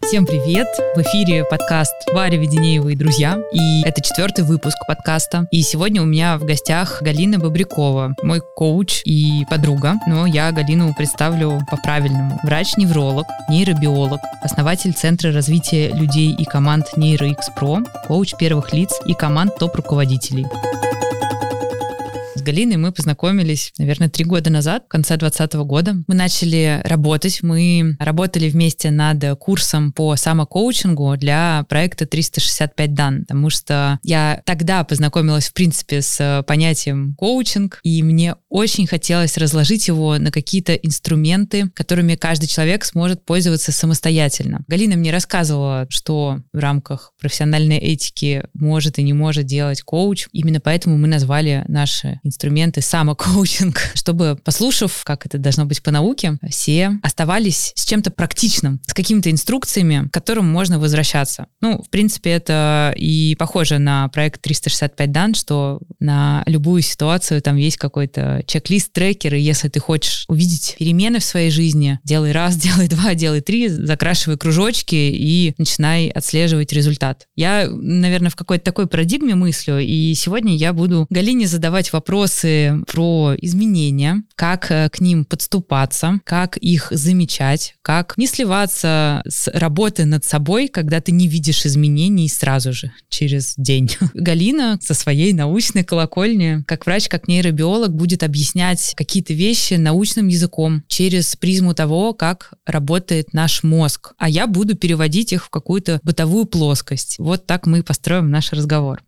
Всем привет! В эфире подкаст Варя Веденеева и друзья. И это 4-й выпуск подкаста. И сегодня у меня в гостях Галина Бобрякова, мой коуч и подруга. Но я Галину представлю по-правильному. Врач-невролог, нейробиолог, основатель Центра развития людей и команд NeuroX-Pro, коуч первых лиц и команд топ-руководителей. С Галиной мы познакомились, наверное, 3 года назад, в конце 2020 года. Мы начали работать. Мы работали вместе над курсом по самокоучингу для проекта 365 Done, потому что я тогда познакомилась, в принципе, с понятием коучинг, и мне очень хотелось разложить его на какие-то инструменты, которыми каждый человек сможет пользоваться самостоятельно. Галина мне рассказывала, что в рамках профессиональной этики может и не может делать коуч. Именно поэтому мы назвали наши инструменты самокоучинг, чтобы, послушав, как это должно быть по науке, все оставались с чем-то практичным, с какими-то инструкциями, к которым можно возвращаться. Ну, в принципе, это и похоже на проект 365 Done, что на любую ситуацию там есть какой-то чек-лист, трекер, и если ты хочешь увидеть перемены в своей жизни, делай раз, делай два, делай 3, закрашивай кружочки и начинай отслеживать результат. Я, наверное, в какой-то такой парадигме мыслю, и сегодня я буду Галине задавать вопросы про изменения, как к ним подступаться, как их замечать, как не сливаться с работы над собой, когда ты не видишь изменений сразу же, через день. Галина со своей научной колокольни, как врач, как нейробиолог, будет объяснять какие-то вещи научным языком через призму того, как работает наш мозг. А я буду переводить их в какую-то бытовую плоскость. Вот так мы построим наш разговор.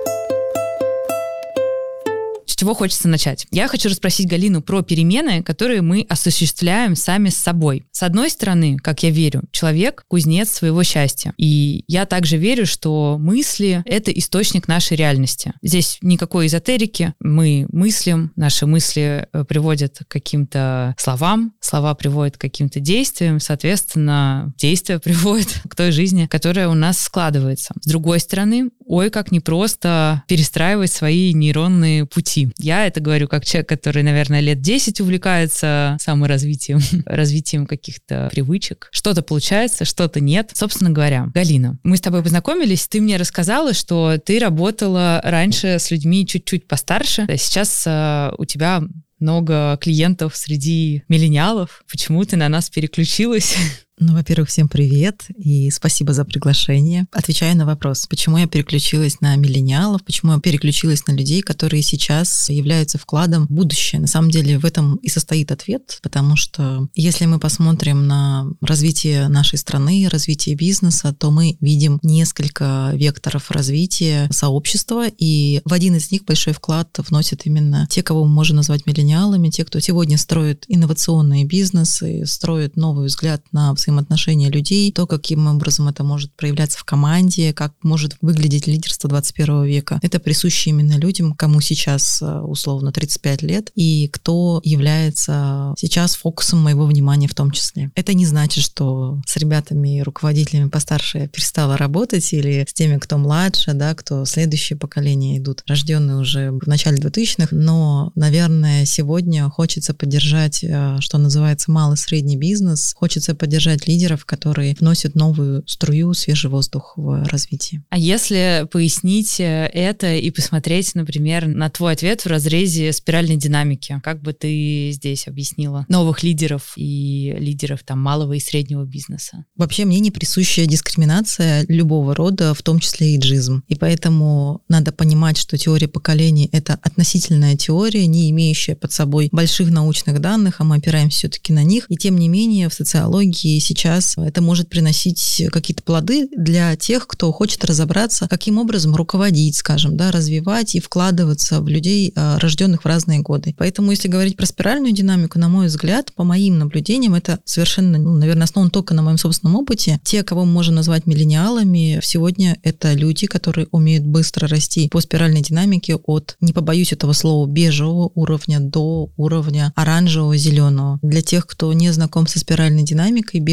С чего хочется начать? Я хочу расспросить Галину про перемены, которые мы осуществляем сами с собой. С одной стороны, как я верю, человек — кузнец своего счастья. И я также верю, что мысли — это источник нашей реальности. Здесь никакой эзотерики. Мы мыслим, наши мысли приводят к каким-то словам, слова приводят к каким-то действиям, соответственно, действия приводят к той жизни, которая у нас складывается. С другой стороны, ой, как непросто перестраивать свои нейронные пути. Я это говорю как человек, который, наверное, лет 10 увлекается саморазвитием, развитием каких-то привычек. Что-то получается, что-то нет. Собственно говоря, Галина, мы с тобой познакомились, ты мне рассказала, что ты работала раньше с людьми чуть-чуть постарше. Сейчас у тебя много клиентов среди миллениалов. Почему ты на нас переключилась? Ну, во-первых, всем привет и спасибо за приглашение. Отвечаю на вопрос, почему я переключилась на миллениалов, почему я переключилась на людей, которые сейчас являются вкладом в будущее. На самом деле в этом и состоит ответ, потому что если мы посмотрим на развитие нашей страны, развитие бизнеса, то мы видим несколько векторов развития сообщества, и в один из них большой вклад вносят именно те, кого мы можем назвать миллениалами, те, кто сегодня строит инновационные бизнесы, строит новый взгляд на взаимоотношения людей, то, каким образом это может проявляться в команде, как может выглядеть лидерство 21 века. Это присуще именно людям, кому сейчас условно 35 лет, и кто является сейчас фокусом моего внимания в том числе. Это не значит, что с ребятами и руководителями постарше я перестала работать, или с теми, кто младше, да, кто следующее поколение идут, рожденные уже в начале 2000-х, но, наверное, сегодня хочется поддержать, что называется, малый и средний бизнес, хочется поддержать лидеров, которые вносят новую струю, свежий воздух в развитие. А если пояснить это и посмотреть, например, на твой ответ в разрезе спиральной динамики, как бы ты здесь объяснила новых лидеров и лидеров там малого и среднего бизнеса? Вообще мне не присуща дискриминация любого рода, в том числе и эйджизм. И поэтому надо понимать, что теория поколений — это относительная теория, не имеющая под собой больших научных данных, а мы опираемся все-таки на них. И тем не менее в социологии сейчас это может приносить какие-то плоды для тех, кто хочет разобраться, каким образом руководить, скажем, да, развивать и вкладываться в людей, рожденных в разные годы. Поэтому, если говорить про спиральную динамику, на мой взгляд, по моим наблюдениям, это совершенно, наверное, основано только на моем собственном опыте. Те, кого мы можем назвать миллениалами, сегодня это люди, которые умеют быстро расти по спиральной динамике от, не побоюсь этого слова, бежевого уровня до уровня оранжевого, зеленого. Для тех, кто не знаком со спиральной динамикой, бежевый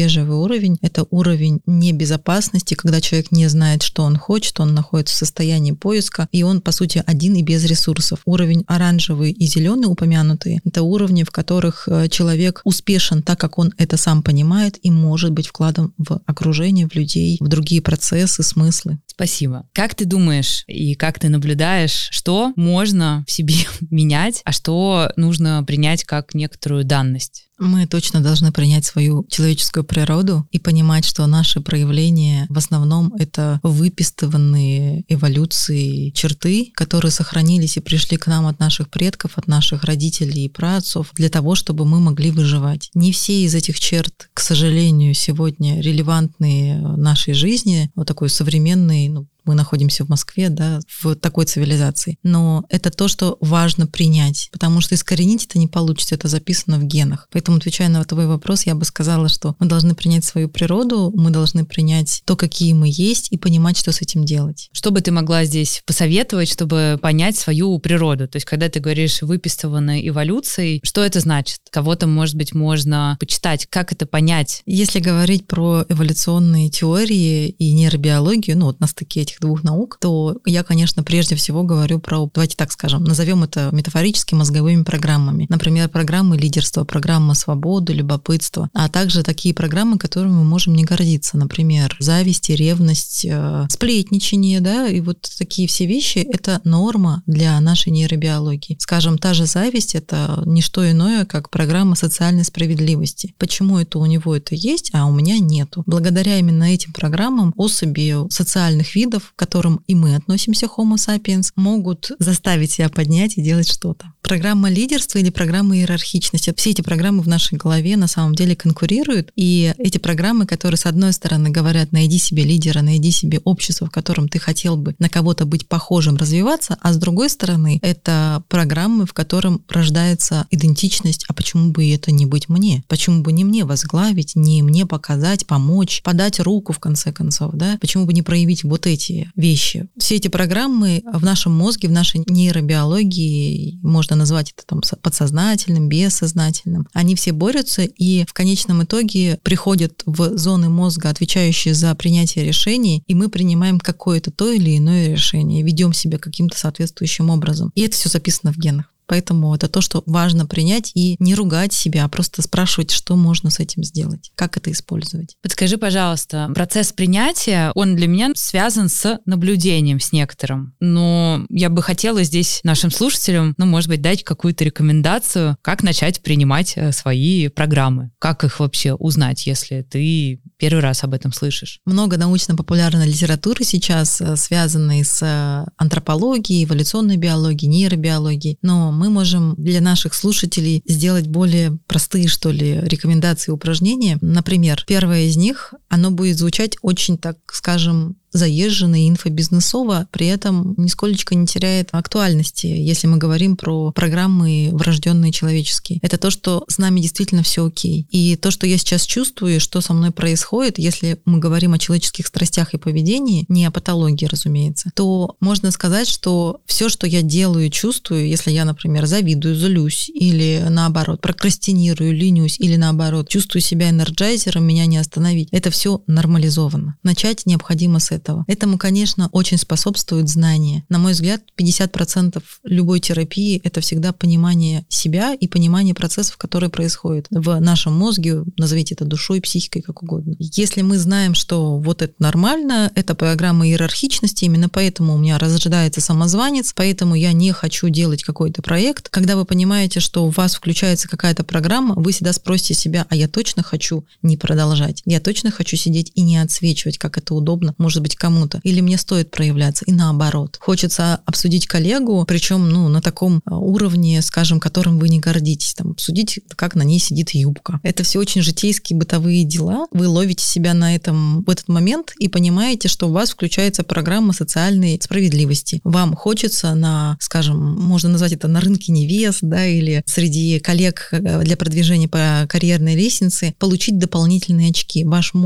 бежевый уровень — это уровень небезопасности, когда человек не знает, что он хочет, он находится в состоянии поиска, и он, по сути, один и без ресурсов. Уровень оранжевый и зеленый упомянутые — это уровни, в которых человек успешен так, как он это сам понимает, и может быть вкладом в окружение, в людей, в другие процессы, смыслы. Спасибо. Как ты думаешь и как ты наблюдаешь, что можно в себе менять, а что нужно принять как некоторую данность? Мы точно должны принять свою человеческую природу и понимать, что наши проявления в основном это выпистыванные эволюции черты, которые сохранились и пришли к нам от наших предков, от наших родителей и праотцов для того, чтобы мы могли выживать. Не все из этих черт, к сожалению, сегодня релевантны нашей жизни, вот такой современной, мы находимся в Москве, да, в такой цивилизации. Но это то, что важно принять, потому что искоренить это не получится, это записано в генах. Поэтому, отвечая на твой вопрос, я бы сказала, что мы должны принять свою природу, мы должны принять то, какие мы есть, и понимать, что с этим делать. Что бы ты могла здесь посоветовать, чтобы понять свою природу? То есть, когда ты говоришь выпистыванной эволюцией, что это значит? Кого-то, может быть, можно почитать, как это понять? Если говорить про эволюционные теории и нейробиологию, вот на стыке этих двух наук, то я, конечно, прежде всего говорю про, давайте так скажем, назовем это метафорически мозговыми программами. Например, программы лидерства, программа свободы, любопытства, а также такие программы, которыми мы можем не гордиться. Например, зависть, ревность, сплетничание, да, и вот такие все вещи — это норма для нашей нейробиологии. Скажем, та же зависть — это не что иное, как программа социальной справедливости. Почему это у него это есть, а у меня нету? Благодаря именно этим программам особи социальных видов, к которым и мы относимся, Homo sapiens, могут заставить себя поднять и делать что-то. Программа лидерства или программа иерархичности. Все эти программы в нашей голове на самом деле конкурируют, и эти программы, которые, с одной стороны, говорят: найди себе лидера, найди себе общество, в котором ты хотел бы на кого-то быть похожим, развиваться, а с другой стороны, это программы, в котором рождается идентичность: а почему бы это не быть мне? Почему бы не мне возглавить, не мне показать, помочь, подать руку, в конце концов, да? Почему бы не проявить вот эти вещи? Все эти программы в нашем мозге, в нашей нейробиологии, можно назвать это там подсознательным, бессознательным, они все борются и в конечном итоге приходят в зоны мозга, отвечающие за принятие решений, и мы принимаем какое-то то или иное решение, ведем себя каким-то соответствующим образом. И это все записано в генах. Поэтому это то, что важно принять и не ругать себя, а просто спрашивать, что можно с этим сделать, как это использовать. Подскажи, пожалуйста, процесс принятия, он для меня связан с наблюдением с некоторым. Но я бы хотела здесь нашим слушателям, может быть, дать какую-то рекомендацию, как начать принимать свои программы. Как их вообще узнать, если ты первый раз об этом слышишь? Много научно-популярной литературы сейчас, связанной с антропологией, эволюционной биологией, нейробиологией, но мы можем для наших слушателей сделать более простые, что ли, рекомендации и упражнения. Например, первое из них, оно будет звучать очень, так скажем, заезженно и инфобизнесово, при этом нисколечко не теряет актуальности, если мы говорим про программы врожденные человеческие. Это то, что с нами действительно все окей. И то, что я сейчас чувствую, что со мной происходит, если мы говорим о человеческих страстях и поведении, не о патологии, разумеется, то можно сказать, что все, что я делаю и чувствую, если я, например, завидую, злюсь или наоборот прокрастинирую, ленюсь или наоборот чувствую себя энерджайзером, меня не остановить, это все нормализовано. Начать необходимо с этого. Этому, конечно, очень способствует знание. На мой взгляд, 50% любой терапии — это всегда понимание себя и понимание процессов, которые происходят в нашем мозге, назовите это душой, психикой, как угодно. Если мы знаем, что вот это нормально, это программа иерархичности, именно поэтому у меня рождается самозванец, поэтому я не хочу делать какой-то проект. Когда вы понимаете, что у вас включается какая-то программа, вы всегда спросите себя: а я точно хочу не продолжать? Я точно хочу сидеть и не отсвечивать, как это удобно, может быть, кому-то, или мне стоит проявляться, и наоборот. Хочется обсудить коллегу, причем, на таком уровне, скажем, которым вы не гордитесь, там, обсудить, как на ней сидит юбка. Это все очень житейские бытовые дела. Вы ловите себя в этот момент и понимаете, что у вас включается программа социальной справедливости. Вам хочется скажем, можно назвать это на рынке невест, да, или среди коллег для продвижения по карьерной лестнице получить дополнительные очки. Ваш мозг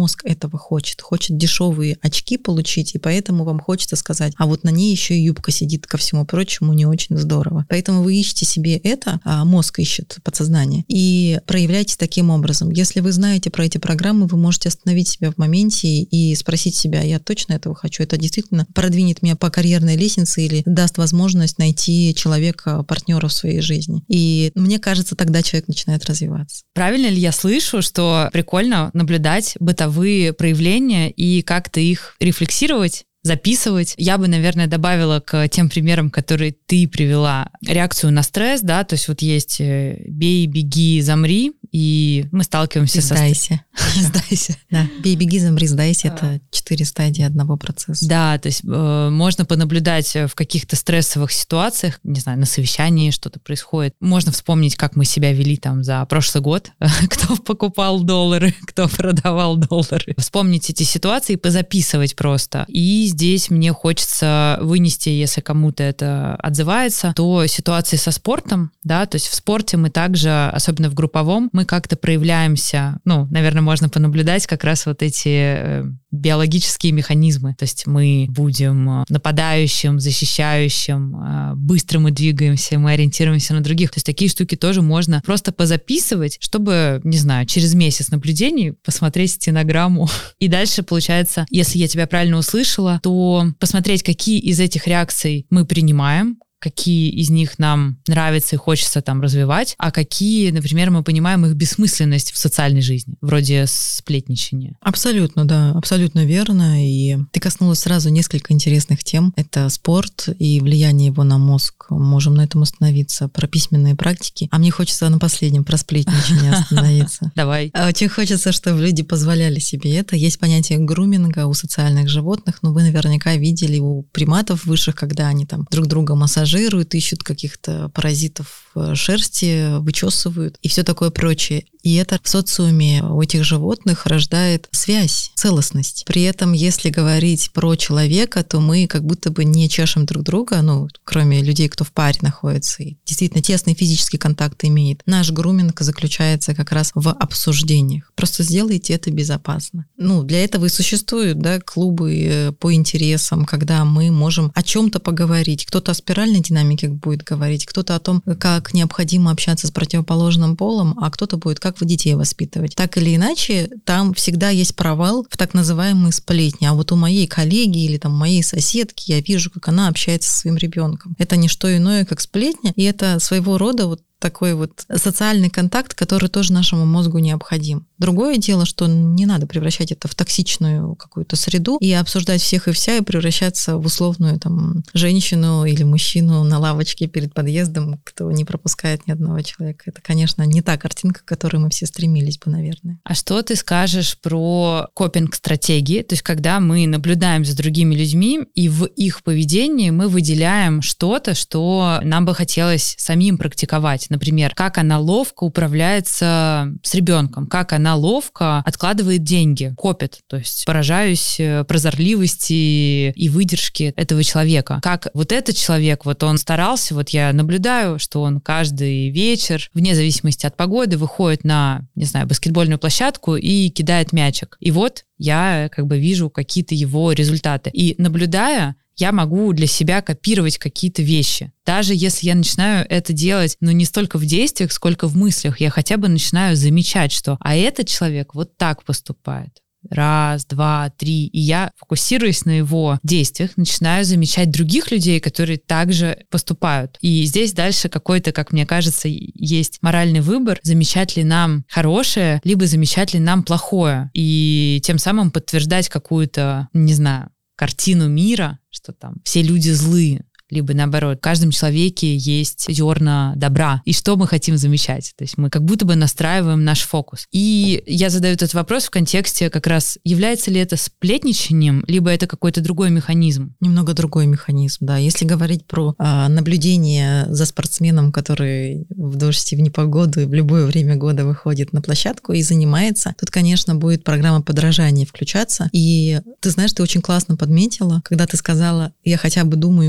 мозг этого хочет дешевые очки получить, и поэтому вам хочется сказать, а вот на ней еще и юбка сидит, ко всему прочему, не очень здорово. Поэтому вы ищете себе это, а мозг ищет подсознание, и проявляйте таким образом. Если вы знаете про эти программы, вы можете остановить себя в моменте и спросить себя, я точно этого хочу, это действительно продвинет меня по карьерной лестнице или даст возможность найти человека, партнера в своей жизни. И мне кажется, тогда человек начинает развиваться. Правильно ли я слышу, что прикольно наблюдать бытовые проявления и как-то их рефлексировать, записывать? Я бы, наверное, добавила к тем примерам, которые ты привела, реакцию на стресс, да, то есть вот есть бей, беги, замри, и мы сталкиваемся со... Сдайся. Сдайся. Да, бей, беги, замри, сдайся, это 4 стадии одного процесса. Да, то есть можно понаблюдать в каких-то стрессовых ситуациях, не знаю, на совещании что-то происходит. Можно вспомнить, как мы себя вели там за прошлый год, кто покупал доллары, кто продавал доллары. Вспомнить эти ситуации и позаписывать просто. И здесь мне хочется вынести, если кому-то это отзывается, то ситуации со спортом, да, то есть в спорте мы также, особенно в групповом, мы как-то проявляемся, наверное, можно понаблюдать как раз вот эти биологические механизмы. То есть мы будем нападающим, защищающим, быстро мы двигаемся, мы ориентируемся на других. То есть такие штуки тоже можно просто позаписывать, чтобы, не знаю, через месяц наблюдений посмотреть стенограмму. И дальше, получается, если я тебя правильно услышала, то посмотреть, какие из этих реакций мы принимаем, какие из них нам нравится и хочется там развивать, а какие, например, мы понимаем их бессмысленность в социальной жизни, вроде сплетничания. Абсолютно, да, абсолютно верно. И ты коснулась сразу несколько интересных тем. Это спорт и влияние его на мозг. Можем на этом остановиться. Про письменные практики. А мне хочется на последнем, про сплетничание остановиться. Давай. Очень хочется, чтобы люди позволяли себе это. Есть понятие груминга у социальных животных, но вы наверняка видели у приматов высших, когда они там друг друга массажируют, ищут каких-то паразитов шерсти, вычесывают и все такое прочее. И это в социуме у этих животных рождает связь, целостность. При этом, если говорить про человека, то мы как будто бы не чешем друг друга, кроме людей, кто в паре находится и действительно тесный физический контакт имеет. Наш груминг заключается как раз в обсуждениях. Просто сделайте это безопасно. Для этого и существуют, да, клубы по интересам, когда мы можем о чем-то поговорить. Кто-то о спиральной динамике будет говорить, кто-то о том, как необходимо общаться с противоположным полом, а кто-то будет, как вы детей воспитывать. Так или иначе, там всегда есть провал в так называемые сплетни. А вот у моей коллеги или там моей соседки я вижу, как она общается со своим ребенком. Это не что иное, как сплетня, и это своего рода вот такой вот социальный контакт, который тоже нашему мозгу необходим. Другое дело, что не надо превращать это в токсичную какую-то среду и обсуждать всех и вся, и превращаться в условную там женщину или мужчину на лавочке перед подъездом, кто не пропускает ни одного человека. Это, конечно, не та картинка, к которой мы все стремились бы, наверное. А что ты скажешь про копинг-стратегии? То есть, когда мы наблюдаем за другими людьми, и в их поведении мы выделяем что-то, что нам бы хотелось самим практиковать. Например, как она ловко управляется с ребенком, как она ловко откладывает деньги, копит. То есть поражаюсь прозорливости и выдержке этого человека. Как вот этот человек, вот он старался, вот я наблюдаю, что он каждый вечер, вне зависимости от погоды, выходит на, не знаю, баскетбольную площадку и кидает мячик. И вот я как бы вижу какие-то его результаты. И наблюдая, я могу для себя копировать какие-то вещи. Даже если я начинаю это делать, не столько в действиях, сколько в мыслях, я хотя бы начинаю замечать, что а этот человек вот так поступает. 1, 2, 3. И я, фокусируясь на его действиях, начинаю замечать других людей, которые также поступают. И здесь дальше какой-то, как мне кажется, есть моральный выбор, замечать ли нам хорошее, либо замечать ли нам плохое. И тем самым подтверждать какую-то, не знаю, картину мира, что там все люди злые, либо наоборот, в каждом человеке есть зерна добра. И что мы хотим замечать? То есть мы как будто бы настраиваем наш фокус. И я задаю этот вопрос в контексте как раз, является ли это сплетничанием, либо это какой-то другой механизм? Немного другой механизм, да. Если говорить про наблюдение за спортсменом, который в дождь и в непогоду и в любое время года выходит на площадку и занимается, тут, конечно, будет программа подражания включаться. И ты знаешь, ты очень классно подметила, когда ты сказала, я хотя бы думаю уже об этом.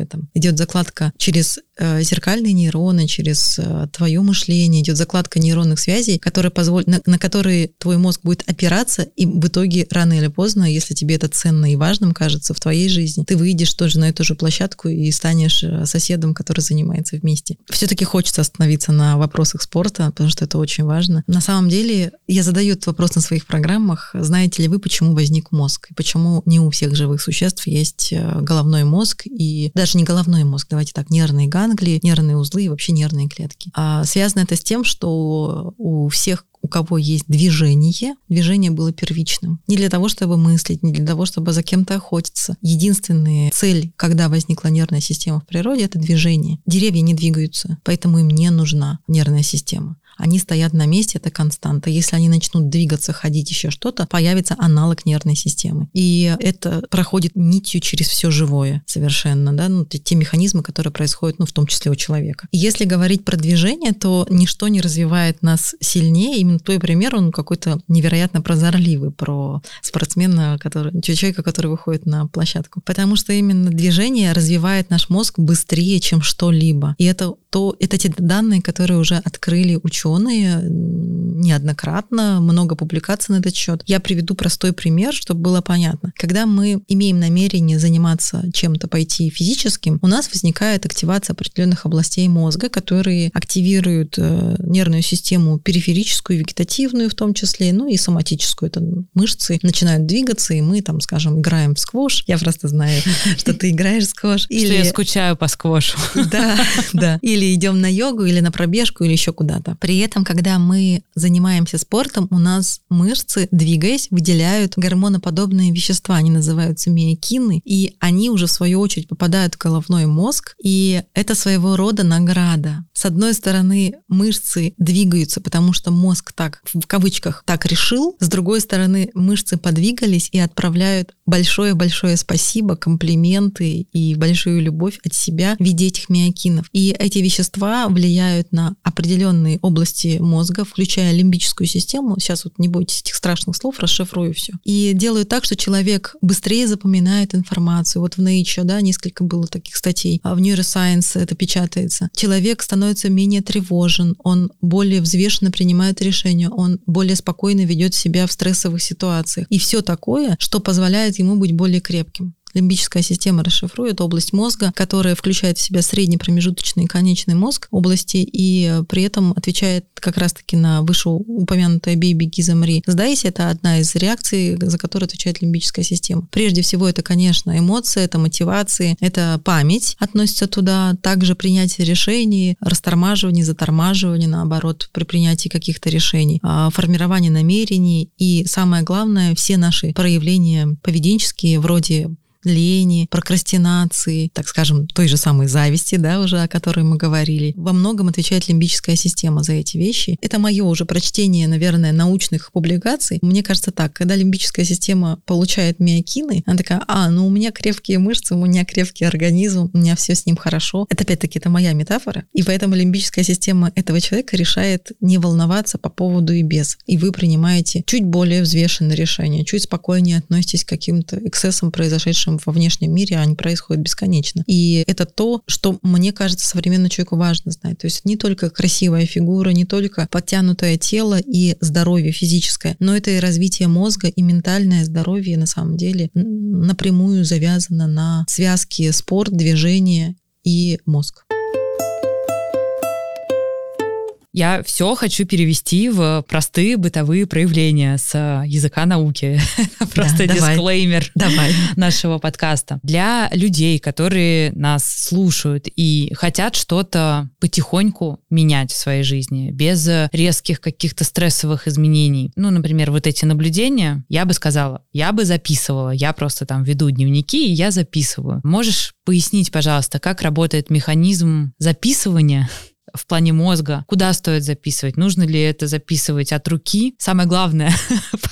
этом. Идет закладка через зеркальные нейроны, через твое мышление, идет закладка нейронных связей, на которые твой мозг будет опираться, и в итоге рано или поздно, если тебе это ценно и важным кажется в твоей жизни, ты выйдешь тоже на эту же площадку и станешь соседом, который занимается вместе. Все-таки хочется остановиться на вопросах спорта, потому что это очень важно. На самом деле, я задаю этот вопрос на своих программах. Знаете ли вы, почему возник мозг? И почему не у всех живых существ есть головной мозг, и даже не головной мозг, давайте так, нервные ганглии, нервные узлы и вообще нервные клетки. Связано это с тем, что у всех, у кого есть движение было первичным. Не для того, чтобы мыслить, не для того, чтобы за кем-то охотиться. Единственная цель, когда возникла нервная система в природе, это движение. Деревья не двигаются, поэтому им не нужна нервная система. Они стоят на месте, это константа. Если они начнут двигаться, ходить, еще что-то, появится аналог нервной системы. И это проходит нитью через все живое совершенно, да, те механизмы, которые происходят, в том числе у человека. И если говорить про движение, то ничто не развивает нас сильнее. Именно твой пример, он какой-то невероятно прозорливый про спортсмена, человека, который выходит на площадку. Потому что именно движение развивает наш мозг быстрее, чем что-либо. И это те данные, которые уже открыли ученые неоднократно, много публикаций на этот счет. Я приведу простой пример, чтобы было понятно. Когда мы имеем намерение заниматься чем-то, пойти физическим, у нас возникает активация определенных областей мозга, которые активируют нервную систему периферическую, вегетативную в том числе, и соматическую. Это мышцы начинают двигаться, и мы, скажем, играем в сквош. Я просто знаю, что ты играешь в сквош. Что я скучаю по сквошу. Да. Или идем на йогу, или на пробежку, или еще куда-то. При этом, когда мы занимаемся спортом, у нас мышцы, двигаясь, выделяют гормоноподобные вещества. Они называются миокины, и они уже, в свою очередь, попадают в головной мозг, и это своего рода награда. С одной стороны, мышцы двигаются, потому что мозг так, в кавычках, так решил. С другой стороны, мышцы подвигались и отправляют большое-большое спасибо, комплименты и большую любовь от себя в виде этих миокинов. И эти вещества влияют на определенные области мозга, включая лимбическую систему. Сейчас не бойтесь этих страшных слов, расшифрую все. И делают так, что человек быстрее запоминает информацию. В Nature, несколько было таких статей. В Neuroscience это печатается. Человек становится менее тревожен, он более взвешенно принимает решения, он более спокойно ведет себя в стрессовых ситуациях. И все такое, что позволяет ему быть более крепким. Лимбическая система расшифрует область мозга, которая включает в себя средний, промежуточный и конечный мозг области, и при этом отвечает как раз-таки на вышеупомянутое «бей, беги, замри». Сдайся — это одна из реакций, за которую отвечает лимбическая система. Прежде всего, это, конечно, эмоции, это мотивации, это память относится туда, также принятие решений, растормаживание, затормаживание, наоборот, при принятии каких-то решений, формирование намерений и, самое главное, все наши проявления поведенческие, вроде лени, прокрастинации, так скажем, той же самой зависти, уже о которой мы говорили. Во многом отвечает лимбическая система за эти вещи. Это мое уже прочтение, наверное, научных публикаций. Мне кажется так, когда лимбическая система получает миокины, она такая, у меня крепкие мышцы, у меня крепкий организм, у меня все с ним хорошо. Это опять-таки, это моя метафора. И поэтому лимбическая система этого человека решает не волноваться по поводу и без. И вы принимаете чуть более взвешенные решения, чуть спокойнее относитесь к каким-то эксцессам, произошедшим во внешнем мире, они происходят бесконечно. И это то, что, мне кажется, современному человеку важно знать. То есть не только красивая фигура, не только подтянутое тело и здоровье физическое, но это и развитие мозга, и ментальное здоровье на самом деле напрямую завязано на связке спорт, движение и мозг. Я все хочу перевести в простые бытовые проявления с языка науки. Просто дисклеймер нашего подкаста. Для людей, которые нас слушают и хотят что-то потихоньку менять в своей жизни, без резких каких-то стрессовых изменений. Например, эти наблюдения, я бы сказала, я бы записывала. Я просто веду дневники, и я записываю. Можешь пояснить, пожалуйста, как работает механизм записывания в плане мозга, куда стоит записывать, нужно ли это записывать от руки. Самое главное,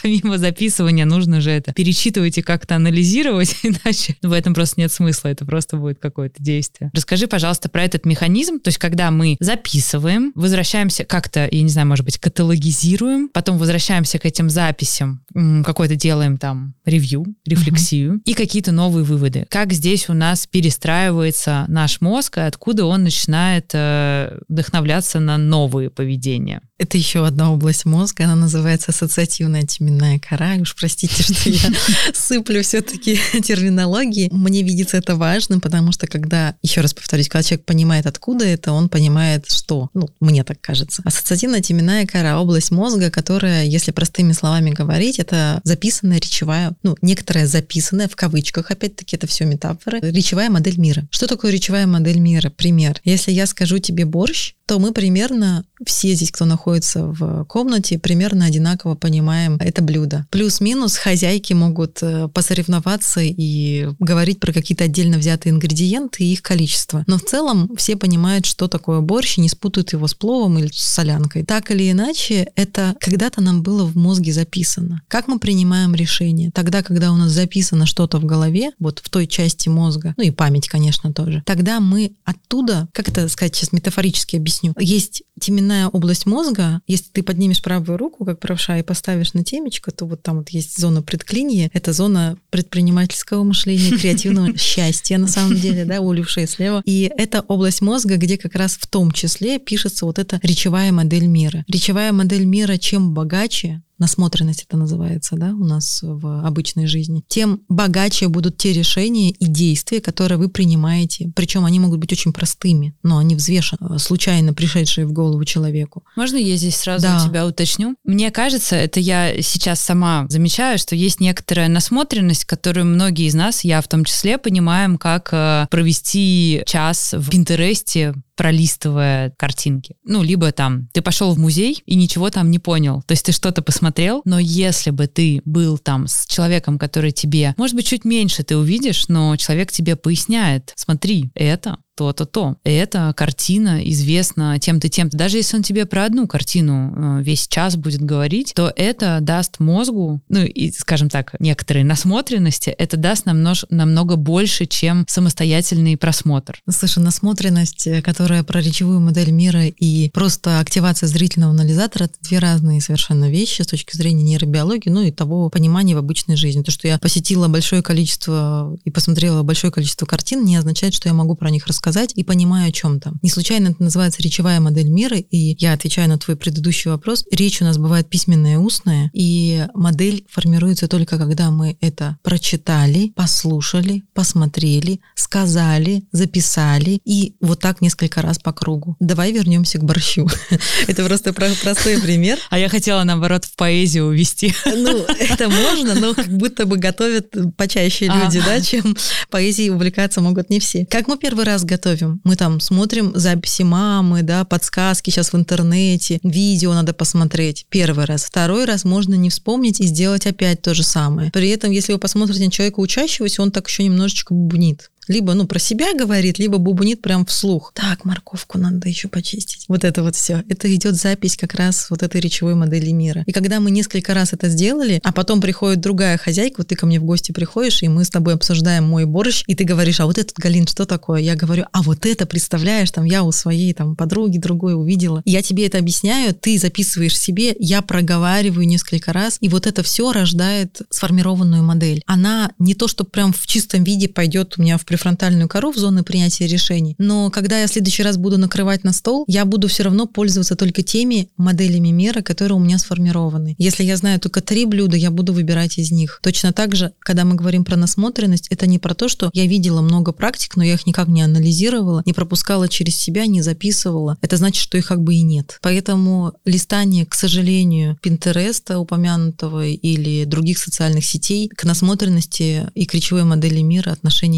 помимо записывания нужно же это перечитывать и как-то анализировать, иначе в этом просто нет смысла, это просто будет какое-то действие. Расскажи, пожалуйста, про этот механизм, то есть когда мы записываем, возвращаемся как-то, я не знаю, может быть, каталогизируем, потом возвращаемся к этим записям, какой-то делаем там ревью, рефлексию и какие-то новые выводы. Как здесь у нас перестраивается наш мозг, и откуда он начинает вдохновляться на новые поведения? Это еще одна область мозга, она называется ассоциативная теменная кора. Уж простите, что я сыплю все-таки терминологии. Мне видится это важным, потому что когда, еще раз повторюсь, когда человек понимает, откуда это, он понимает, что. Мне так кажется. Ассоциативная теменная кора — область мозга, которая, если простыми словами говорить, это записанная речевая, некоторая записанная, в кавычках, опять-таки, это все метафоры, речевая модель мира. Что такое речевая модель мира? Пример. Если я скажу тебе борщ, то мы примерно, все здесь, кто находится в комнате, примерно одинаково понимаем это блюдо. Плюс-минус хозяйки могут посоревноваться и говорить про какие-то отдельно взятые ингредиенты и их количество. Но в целом все понимают, что такое борщ, и не спутают его с пловом или с солянкой. Так или иначе, это когда-то нам было в мозге записано. Как мы принимаем решения? Тогда, когда у нас записано что-то в голове, вот в той части мозга, и память, конечно, тоже, тогда мы оттуда, как это сказать, сейчас метафорически объясню, есть теменная область мозга. Если ты поднимешь правую руку, как правша, и поставишь на темечко, то вот там вот есть зона предклиния. Это зона предпринимательского мышления, креативного счастья, на самом деле, да, у левшей слева. И это область мозга, где как раз в том числе пишется вот эта речевая модель мира. Речевая модель мира чем богаче, насмотренность это называется, да, у нас в обычной жизни, тем богаче будут те решения и действия, которые вы принимаете. Причем они могут быть очень простыми, но они взвешены, случайно пришедшие в голову человеку. Можно я здесь сразу у тебя уточню? Мне кажется, это я сейчас сама замечаю, что есть некоторая насмотренность, которую многие из нас, я в том числе, понимаем, как провести час в Пинтересте, пролистывая картинки. Либо там ты пошел в музей и ничего там не понял. То есть ты что-то посмотрел, но если бы ты был там с человеком, который тебе, может быть, чуть меньше ты увидишь, но человек тебе поясняет, смотри, это то-то-то. Эта картина известна тем-то, тем-то. Даже если он тебе про одну картину весь час будет говорить, то это даст мозгу, и, скажем так, некоторые насмотренности, это даст намного больше, чем самостоятельный просмотр. Слушай, насмотренность, которая про речевую модель мира и просто активация зрительного анализатора — это две разные совершенно вещи с точки зрения нейробиологии, и того понимания в обычной жизни. То, что я посетила большое количество и посмотрела большое количество картин, не означает, что я могу про них рассказать и понимаю, о чем там. Не случайно это называется речевая модель мира, и я отвечаю на твой предыдущий вопрос. Речь у нас бывает письменная и устная, и модель формируется только когда мы это прочитали, послушали, посмотрели, сказали, записали, и вот так несколько раз по кругу. Давай вернемся к борщу. Это просто простой пример. А я хотела, наоборот, в поэзию увести. Это можно, но как будто бы готовят почаще люди, да, чем поэзией увлекаться могут не все. Как мы первый раз готовим? Мы там смотрим записи мамы, да, подсказки сейчас в интернете, видео надо посмотреть. Первый раз. Второй раз можно не вспомнить и сделать опять то же самое. При этом, если вы посмотрите на человека учащегося, он так еще немножечко бубнит. Либо, про себя говорит, либо бубнит прям вслух. Так, морковку надо еще почистить. Вот это вот все. Это идет запись как раз вот этой речевой модели мира. И когда мы несколько раз это сделали, а потом приходит другая хозяйка, вот ты ко мне в гости приходишь, и мы с тобой обсуждаем мой борщ, и ты говоришь, а вот этот, Галин, что такое? Я говорю, а вот это, представляешь, там я у своей там подруги другой увидела. И я тебе это объясняю, ты записываешь себе, я проговариваю несколько раз, и вот это все рождает сформированную модель. Она не то, что прям в чистом виде пойдет у меня в префронтальную кору в зону принятия решений. Но когда я в следующий раз буду накрывать на стол, я буду все равно пользоваться только теми моделями мира, которые у меня сформированы. Если я знаю только 3 блюда, я буду выбирать из них. Точно так же, когда мы говорим про насмотренность, это не про то, что я видела много практик, но я их никак не анализировала, не пропускала через себя, не записывала. Это значит, что их как бы и нет. Поэтому листание, к сожалению, Пинтереста упомянутого или других социальных сетей к насмотренности и к речевой модели мира отношения не имеют.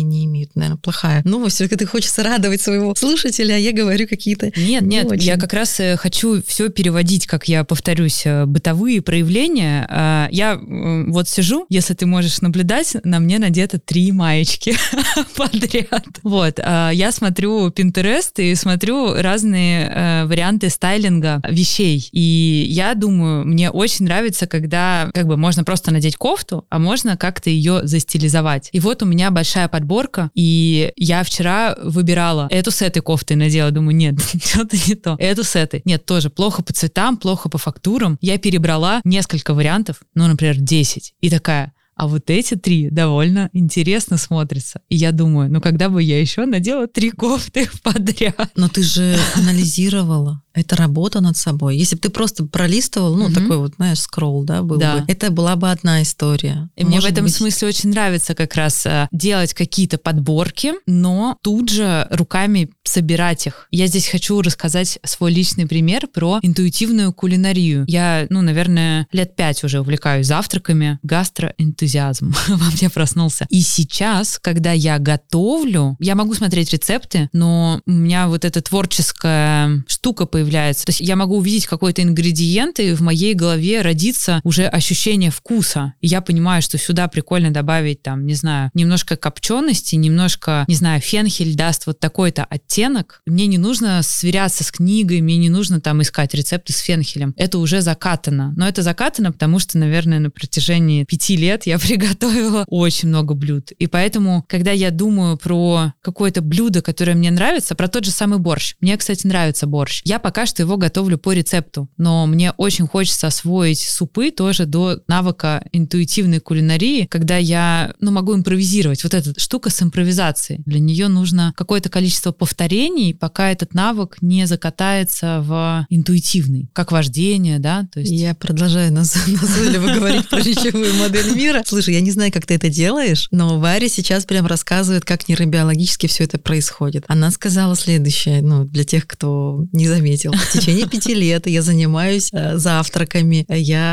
это, наверное, плохая новость. Все-таки ты хочется радовать своего слушателя, а я говорю какие-то... Нет, я как раз хочу все переводить, как я повторюсь, бытовые проявления. Я вот сижу, если ты можешь наблюдать, на мне надето 3 маечки подряд. Вот. Я смотрю Pinterest и смотрю разные варианты стайлинга вещей. И я думаю, мне очень нравится, когда как бы можно просто надеть кофту, а можно как-то ее застилизовать. И вот у меня большая подборка, и я вчера выбирала эту с этой кофтой надела, думаю, нет, что-то не то. Эту с этой. Нет, тоже плохо по цветам, плохо по фактурам. Я перебрала несколько вариантов, например, 10. И такая... А вот эти 3 довольно интересно смотрятся. И я думаю, когда бы я еще надела 3 кофты подряд. Но ты же анализировала. Это работа над собой. Если бы ты просто пролистывал, такой вот, знаешь, скролл, да, был бы, это была бы одна история. И мне в этом смысле очень нравится как раз делать какие-то подборки, но тут же руками собирать их. Я здесь хочу рассказать свой личный пример про интуитивную кулинарию. Я, наверное, лет 5 уже увлекаюсь завтраками. Гастроэнтузиазм во мне проснулся. И сейчас, когда я готовлю, я могу смотреть рецепты, но у меня вот эта творческая штука появляется. То есть я могу увидеть какой-то ингредиент, и в моей голове родится уже ощущение вкуса. И я понимаю, что сюда прикольно добавить, там, не знаю, немножко копчености, немножко, не знаю, фенхель даст вот такой-то оттенок. Мне не нужно сверяться с книгой, мне не нужно там искать рецепты с фенхелем. Это уже закатано. Но это закатано, потому что, наверное, на протяжении 5 лет я приготовила очень много блюд. И поэтому, когда я думаю про какое-то блюдо, которое мне нравится, про тот же самый борщ. Мне, кстати, нравится борщ. Я пока что его готовлю по рецепту, но мне очень хочется освоить супы тоже до навыка интуитивной кулинарии, когда я, могу импровизировать. Вот эта штука с импровизацией. Для нее нужно какое-то количество повторений, пока этот навык не закатается в интуитивный, как вождение, да? То есть... Я продолжаю назойливо говорить про речевую модель мира. Слушай, я не знаю, как ты это делаешь, но Варя сейчас прям рассказывает, как нейробиологически все это происходит. Она сказала следующее, для тех, кто не заметил. В течение 5 лет я занимаюсь завтраками,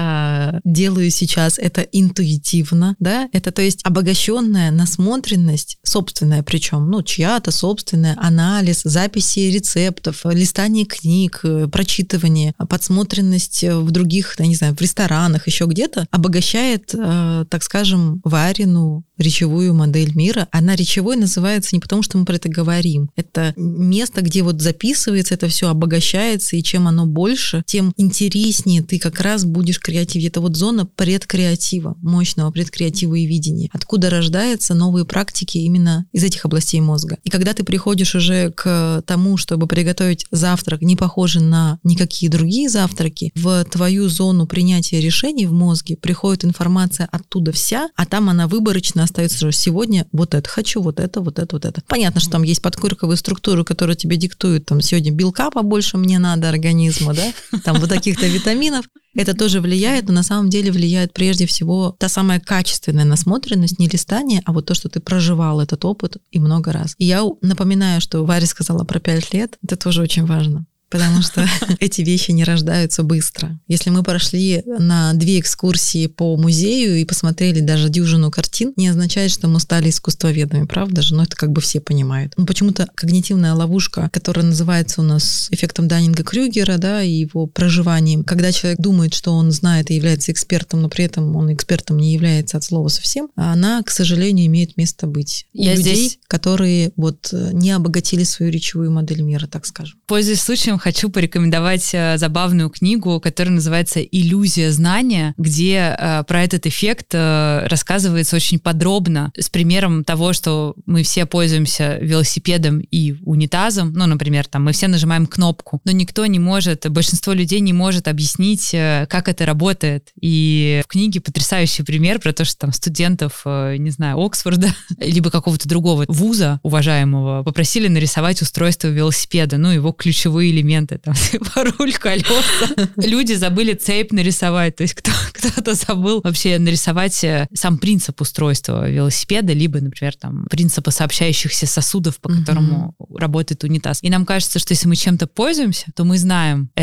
я делаю сейчас это интуитивно, да, это то есть обогащенная насмотренность, собственная причем, чья-то собственная, анализ, записи рецептов, листание книг, прочитывание, подсмотренность в других, я не знаю, в ресторанах, еще где-то, обогащает, так скажем, Варину речевую модель мира. Она речевой называется не потому, что мы про это говорим. Это место, где вот записывается это все, обогащается, и чем оно больше, тем интереснее ты как раз будешь креативить. Это вот зона предкреатива, мощного предкреатива и видения. Откуда рождаются новые практики именно из этих областей мозга. И когда ты приходишь уже к тому, чтобы приготовить завтрак, не похожий на никакие другие завтраки, в твою зону принятия решений в мозге приходит информация оттуда вся, а там она выборочно остается, что сегодня вот это хочу, вот это. Понятно, что там есть подкорковые структуры, которые тебе диктуют, там сегодня белка побольше мне надо организма, да, там вот таких-то витаминов. Это тоже влияет, но на самом деле влияет прежде всего та самая качественная насмотренность, не листание, а вот то, что ты проживал этот опыт и много раз. И я напоминаю, что Варя сказала про 5 лет, это тоже очень важно. Потому что эти вещи не рождаются быстро. Если мы прошли на 2 экскурсии по музею и посмотрели даже дюжину картин, не означает, что мы стали искусствоведами, правда же? Но это как бы все понимают. Но почему-то когнитивная ловушка, которая называется у нас эффектом Даннинга-Крюгера, да, и его проживанием, когда человек думает, что он знает и является экспертом, но при этом он экспертом не является от слова совсем, она, к сожалению, имеет место быть. У людей, которые вот не обогатили свою речевую модель мира, так скажем. Пользуясь случаем, хочу порекомендовать забавную книгу, которая называется «Иллюзия знания», где про этот эффект рассказывается очень подробно, с примером того, что мы все пользуемся велосипедом и унитазом. Например, там мы все нажимаем кнопку, но никто не может, большинство людей не может объяснить, как это работает. И в книге потрясающий пример про то, что там студентов, не знаю, Оксфорда, либо какого-то другого вуза уважаемого попросили нарисовать устройство велосипеда, его ключевые элементы, там, руль, колеса. Люди забыли цепь нарисовать, то есть кто-то забыл вообще нарисовать сам принцип устройства велосипеда, либо, например, там, принципа сообщающихся сосудов, по которому работает унитаз. И нам кажется, что если мы чем-то пользуемся, то мы знаем это.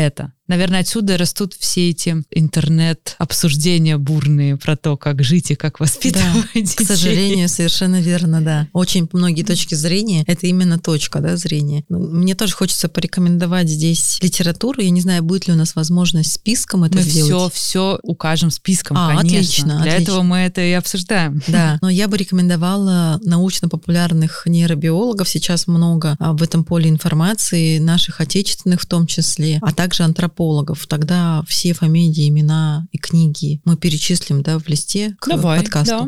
Наверное, отсюда растут все эти интернет-обсуждения бурные про то, как жить и как воспитывать детей. К сожалению, совершенно верно, да. Очень многие точки зрения — это именно точка, да, зрения. Мне тоже хочется порекомендовать здесь литературу. Я не знаю, будет ли у нас возможность списком это сделать. Мы все укажем списком, конечно. Отлично. Для этого мы это и обсуждаем. Да, но я бы рекомендовала научно-популярных нейробиологов, сейчас много в этом поле информации, наших отечественных в том числе, а также антропологов. Тогда все фамилии, имена и книги мы перечислим, да, в листе к подкасту. Да.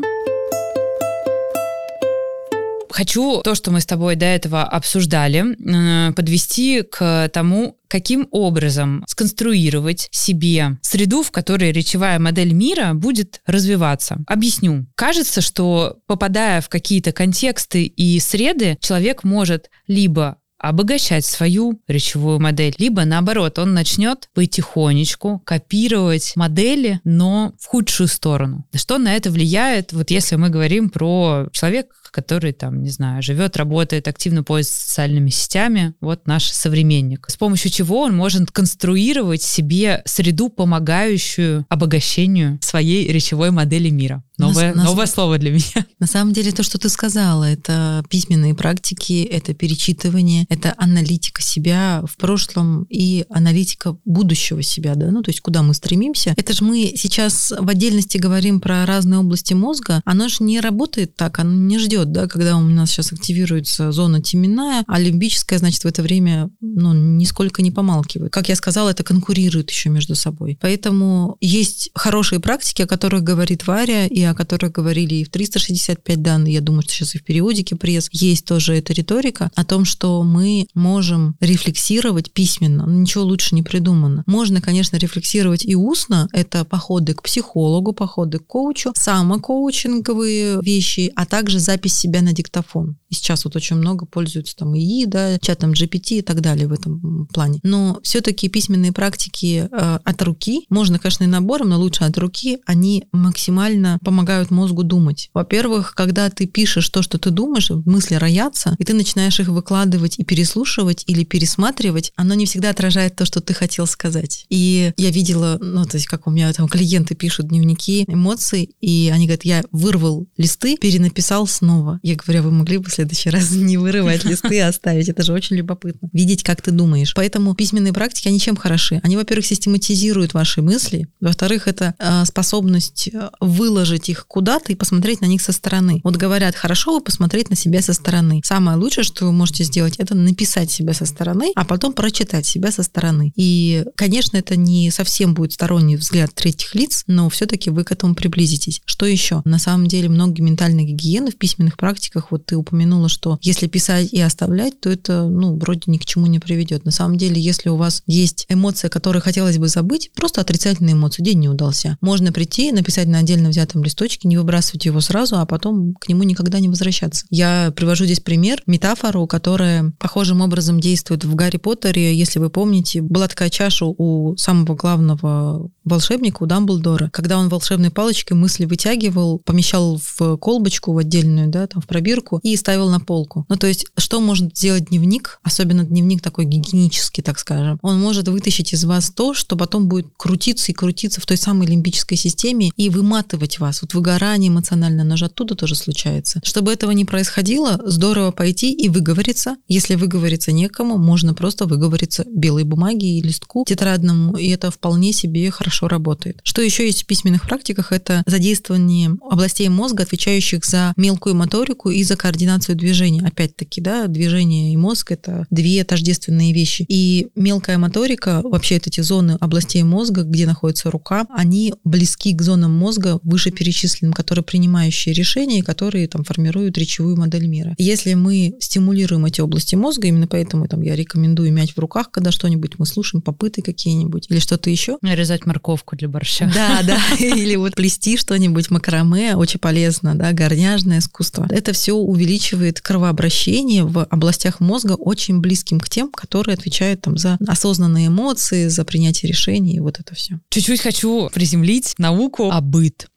Хочу то, что мы с тобой до этого обсуждали, подвести к тому, каким образом сконструировать себе среду, в которой речевая модель мира будет развиваться. Объясню. Кажется, что, попадая в какие-то контексты и среды, человек может либо обогащать свою речевую модель, либо наоборот, он начнет потихонечку копировать модели, но в худшую сторону. Что на это влияет, вот если мы говорим про человека, который, там, не знаю, живет, работает, активно пользуется социальными сетями, вот наш современник. С помощью чего он может конструировать себе среду, помогающую обогащению своей речевой модели мира. Новое слово для меня. На самом деле то, что ты сказала, это письменные практики, это перечитывание, это аналитика себя в прошлом и аналитика будущего себя, да, ну то есть куда мы стремимся. Это же мы сейчас в отдельности говорим про разные области мозга, оно же не работает так, оно не ждет, да, когда у нас сейчас активируется зона теменная, а лимбическая, значит, в это время, ну, нисколько не помалкивает. Как я сказала, это конкурирует еще между собой. Поэтому есть хорошие практики, о которых говорит Варя, и о которых говорили и в 365 данных, я думаю, что сейчас и в периодике пресс есть тоже эта риторика о том, что мы можем рефлексировать письменно. Ничего лучше не придумано. Можно, конечно, рефлексировать и устно. Это походы к психологу, походы к коучу, самокоучинговые вещи, а также запись себя на диктофон. И сейчас вот очень много пользуются там ИИ, да, чатом GPT и так далее в этом плане. Но все-таки письменные практики от руки, можно, конечно, и набором, но лучше от руки, они максимально помогают мозгу думать. Во-первых, когда ты пишешь то, что ты думаешь, мысли роятся, и ты начинаешь их выкладывать и переслушивать или пересматривать, оно не всегда отражает то, что ты хотел сказать. И я видела, ну, то есть как у меня там клиенты пишут дневники эмоций, и они говорят, я вырвал листы, перенаписал снова. Я говорю, вы могли бы в следующий раз не вырывать листы, а оставить? Это же очень любопытно. Видеть, как ты думаешь. Поэтому письменные практики, они чем хороши? Они, во-первых, систематизируют ваши мысли, во-вторых, это способность выложить их куда-то и посмотреть на них со стороны. Вот говорят, хорошо бы посмотреть на себя со стороны. Самое лучшее, что вы можете сделать, это написать себя со стороны, а потом прочитать себя со стороны. И, конечно, это не совсем будет сторонний взгляд третьих лиц, но все-таки вы к этому приблизитесь. Что еще? На самом деле много ментальной гигиены в письменных практиках. Вот ты упомянула, что если писать и оставлять, то это, ну, вроде ни к чему не приведет. На самом деле, если у вас есть эмоция, которую хотелось бы забыть, просто отрицательные эмоции, день не удался. Можно прийти, написать на отдельно взятом листочке, не выбрасывать его сразу, а потом к нему никогда не возвращаться. Я привожу здесь пример, метафору, которая похожим образом действует в Гарри Поттере. Если вы помните, была такая чаша у самого главного волшебника, у Дамблдора, когда он волшебной палочкой мысли вытягивал, помещал в колбочку, в отдельную, да, там в пробирку и ставил на полку. Ну, то есть, что может сделать дневник, особенно дневник такой гигиенический, так скажем, он может вытащить из вас то, что потом будет крутиться и крутиться в той самой лимбической системе и выматывать вас. Вот выгорание эмоциональное, оно же оттуда тоже случается. Чтобы этого не происходило, здорово пойти и выговориться. Если выговориться некому, можно просто выговориться белой бумаге и листку тетрадному, и это вполне себе хорошо работает. Что еще есть в письменных практиках, это задействование областей мозга, отвечающих за мелкую моторику и за координацию движения. Опять-таки, да, движение и мозг — это две тождественные вещи. И мелкая моторика, вообще эти зоны областей мозга, где находится рука, они близки к зонам мозга вышеперечисленным, которые принимающие решения, которые там формируют речевую модель мира. Если мы стимулируем эти области мозга, именно поэтому там я рекомендую мять в руках, когда что-нибудь мы слушаем, попыты какие-нибудь или что-то еще. Нарезать морковку для борща. Да, или вот плести что-нибудь, макраме, очень полезно, да, горняжное искусство. Это все увеличивает кровообращение в областях мозга, очень близким к тем, которые отвечают там за осознанные эмоции, за принятие решений, и вот это все. Чуть-чуть хочу приземлить науку о быт.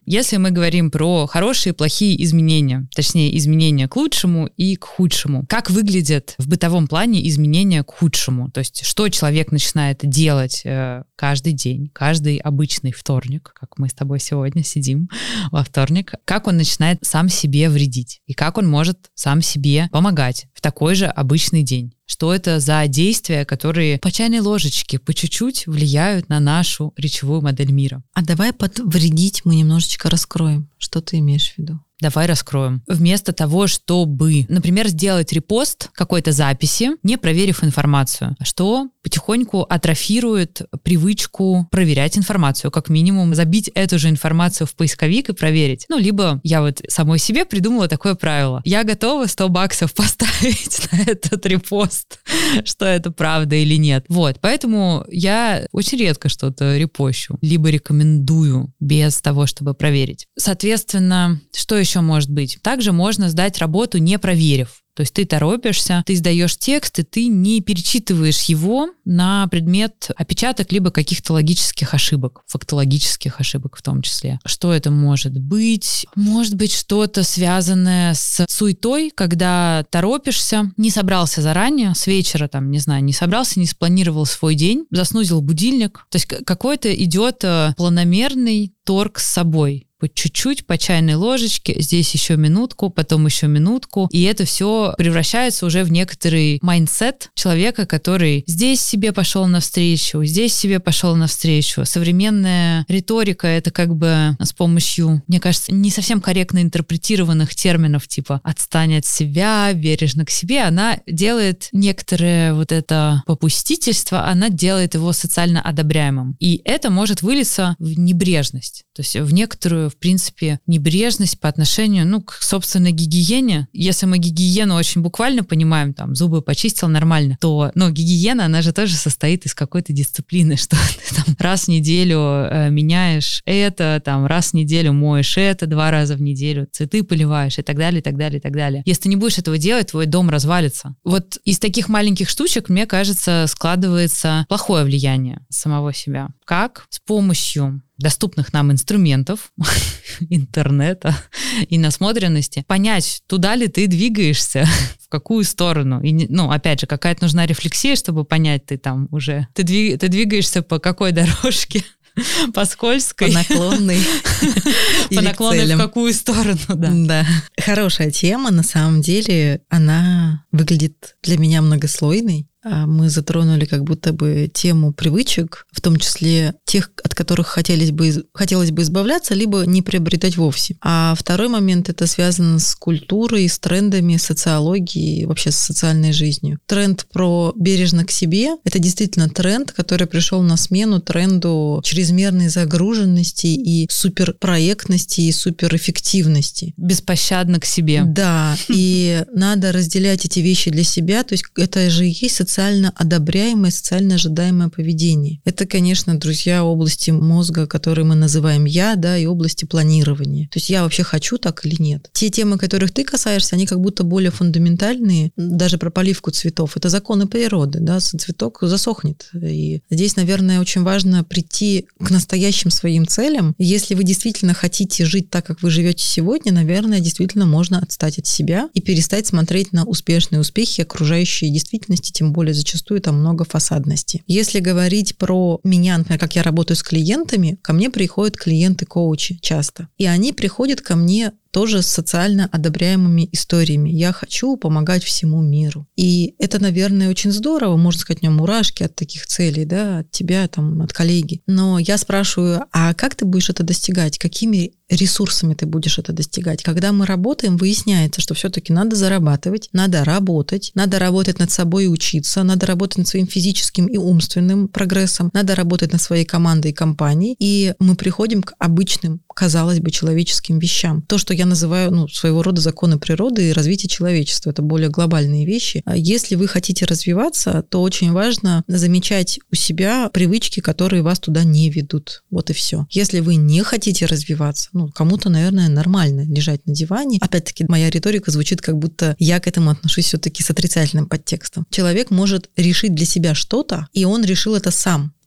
Если мы говорим про хорошие и плохие изменения, точнее, изменения к лучшему и к худшему, как выглядят в бытовом плане изменения к худшему? То есть, что человек начинает делать каждый день, каждый обычный вторник, как мы с тобой сегодня сидим во вторник, как он начинает сам себе вредить и как он может сам себе помогать в такой же обычный день? Что это за действия, которые по чайной ложечке, по чуть-чуть влияют на нашу речевую модель мира? А давай под вредить мы немножечко раскроем. Что ты имеешь в виду? Давай раскроем. Вместо того, чтобы, например, сделать репост какой-то записи, не проверив информацию, что потихоньку атрофирует привычку проверять информацию, как минимум забить эту же информацию в поисковик и проверить. Либо я вот самой себе придумала такое правило. Я готова $100 поставить на этот репост, что это правда или нет. Поэтому я очень редко что-то репощу, либо рекомендую без того, чтобы проверить. Соответственно, что еще может быть? Также можно сдать работу, не проверив. То есть ты торопишься, ты сдаешь текст, и ты не перечитываешь его на предмет опечаток либо каких-то логических ошибок, фактологических ошибок в том числе. Что это может быть? Может быть что-то связанное с суетой, когда торопишься, не собрался заранее, с вечера, не собрался, не спланировал свой день, заснузил будильник. То есть какой-то идет планомерный торг с собой. По чуть-чуть, по чайной ложечке, здесь еще минутку, потом еще минутку. И это все превращается уже в некоторый майндсет человека, который здесь себе пошел навстречу, здесь себе пошел навстречу. Современная риторика — это как бы с помощью, мне кажется, не совсем корректно интерпретированных терминов, типа «отстань от себя», «бережно к себе». Она делает некоторое вот это попустительство, она делает его социально одобряемым. И это может вылиться в небрежность, то есть в некоторую, в принципе, небрежность по отношению, к собственной гигиене. Если мы гигиену очень буквально понимаем, зубы почистил нормально, то, гигиена, она же тоже состоит из какой-то дисциплины, что ты раз в неделю меняешь это, раз в неделю моешь это, 2 раза в неделю цветы поливаешь и так далее, и так далее, и так далее. Если ты не будешь этого делать, твой дом развалится. Вот из таких маленьких штучек, мне кажется, складывается плохое влияние самого себя. Как? С помощью доступных нам инструментов, интернета и насмотренности, понять, туда ли ты двигаешься, в какую сторону. И, опять же, какая-то нужна рефлексия, чтобы понять, ты двигаешься по какой дорожке, по скользкой. По наклонной. По наклонной в какую сторону, да. Да. Хорошая тема, на самом деле, она выглядит для меня многослойной. Мы затронули как будто бы тему привычек, в том числе тех, от которых хотелось бы избавляться, либо не приобретать вовсе. А второй момент — это связано с культурой, с трендами, социологией, вообще с социальной жизнью. Тренд про бережно к себе — это действительно тренд, который пришел на смену тренду чрезмерной загруженности и суперпроектности и суперэффективности. Беспощадно к себе. Да, и надо разделять эти вещи для себя, то есть это же и есть социально одобряемое, социально ожидаемое поведение. Это, конечно, друзья, области мозга, которые мы называем «я», да, и области планирования. То есть я вообще хочу так или нет. Те темы, которых ты касаешься, они как будто более фундаментальные, даже про поливку цветов. Это законы природы, да, цветок засохнет. И здесь, наверное, очень важно прийти к настоящим своим целям. Если вы действительно хотите жить так, как вы живете сегодня, наверное, действительно можно отстать от себя и перестать смотреть на успешные успехи окружающей действительности, тем более зачастую там много фасадности. Если говорить про меня, например, как я работаю с клиентами, ко мне приходят клиенты-коучи часто. И они приходят ко мне тоже с социально одобряемыми историями. Я хочу помогать всему миру. И это, наверное, очень здорово. Можно сказать, у меня мурашки от таких целей, да, от тебя, от коллеги. Но я спрашиваю, а как ты будешь это достигать? Какими ресурсами ты будешь это достигать? Когда мы работаем, выясняется, что все-таки надо зарабатывать, надо работать над собой и учиться, надо работать над своим физическим и умственным прогрессом, надо работать над своей командой и компанией. И мы приходим к обычным, казалось бы, человеческим вещам. То, что я называю своего рода законы природы и развитие человечества. Это более глобальные вещи. Если вы хотите развиваться, то очень важно замечать у себя привычки, которые вас туда не ведут. Вот и все. Если вы не хотите развиваться, кому-то, наверное, нормально лежать на диване. Опять-таки, моя риторика звучит, как будто я к этому отношусь все-таки с отрицательным подтекстом. Человек может решить для себя что-то, и он решил это сам,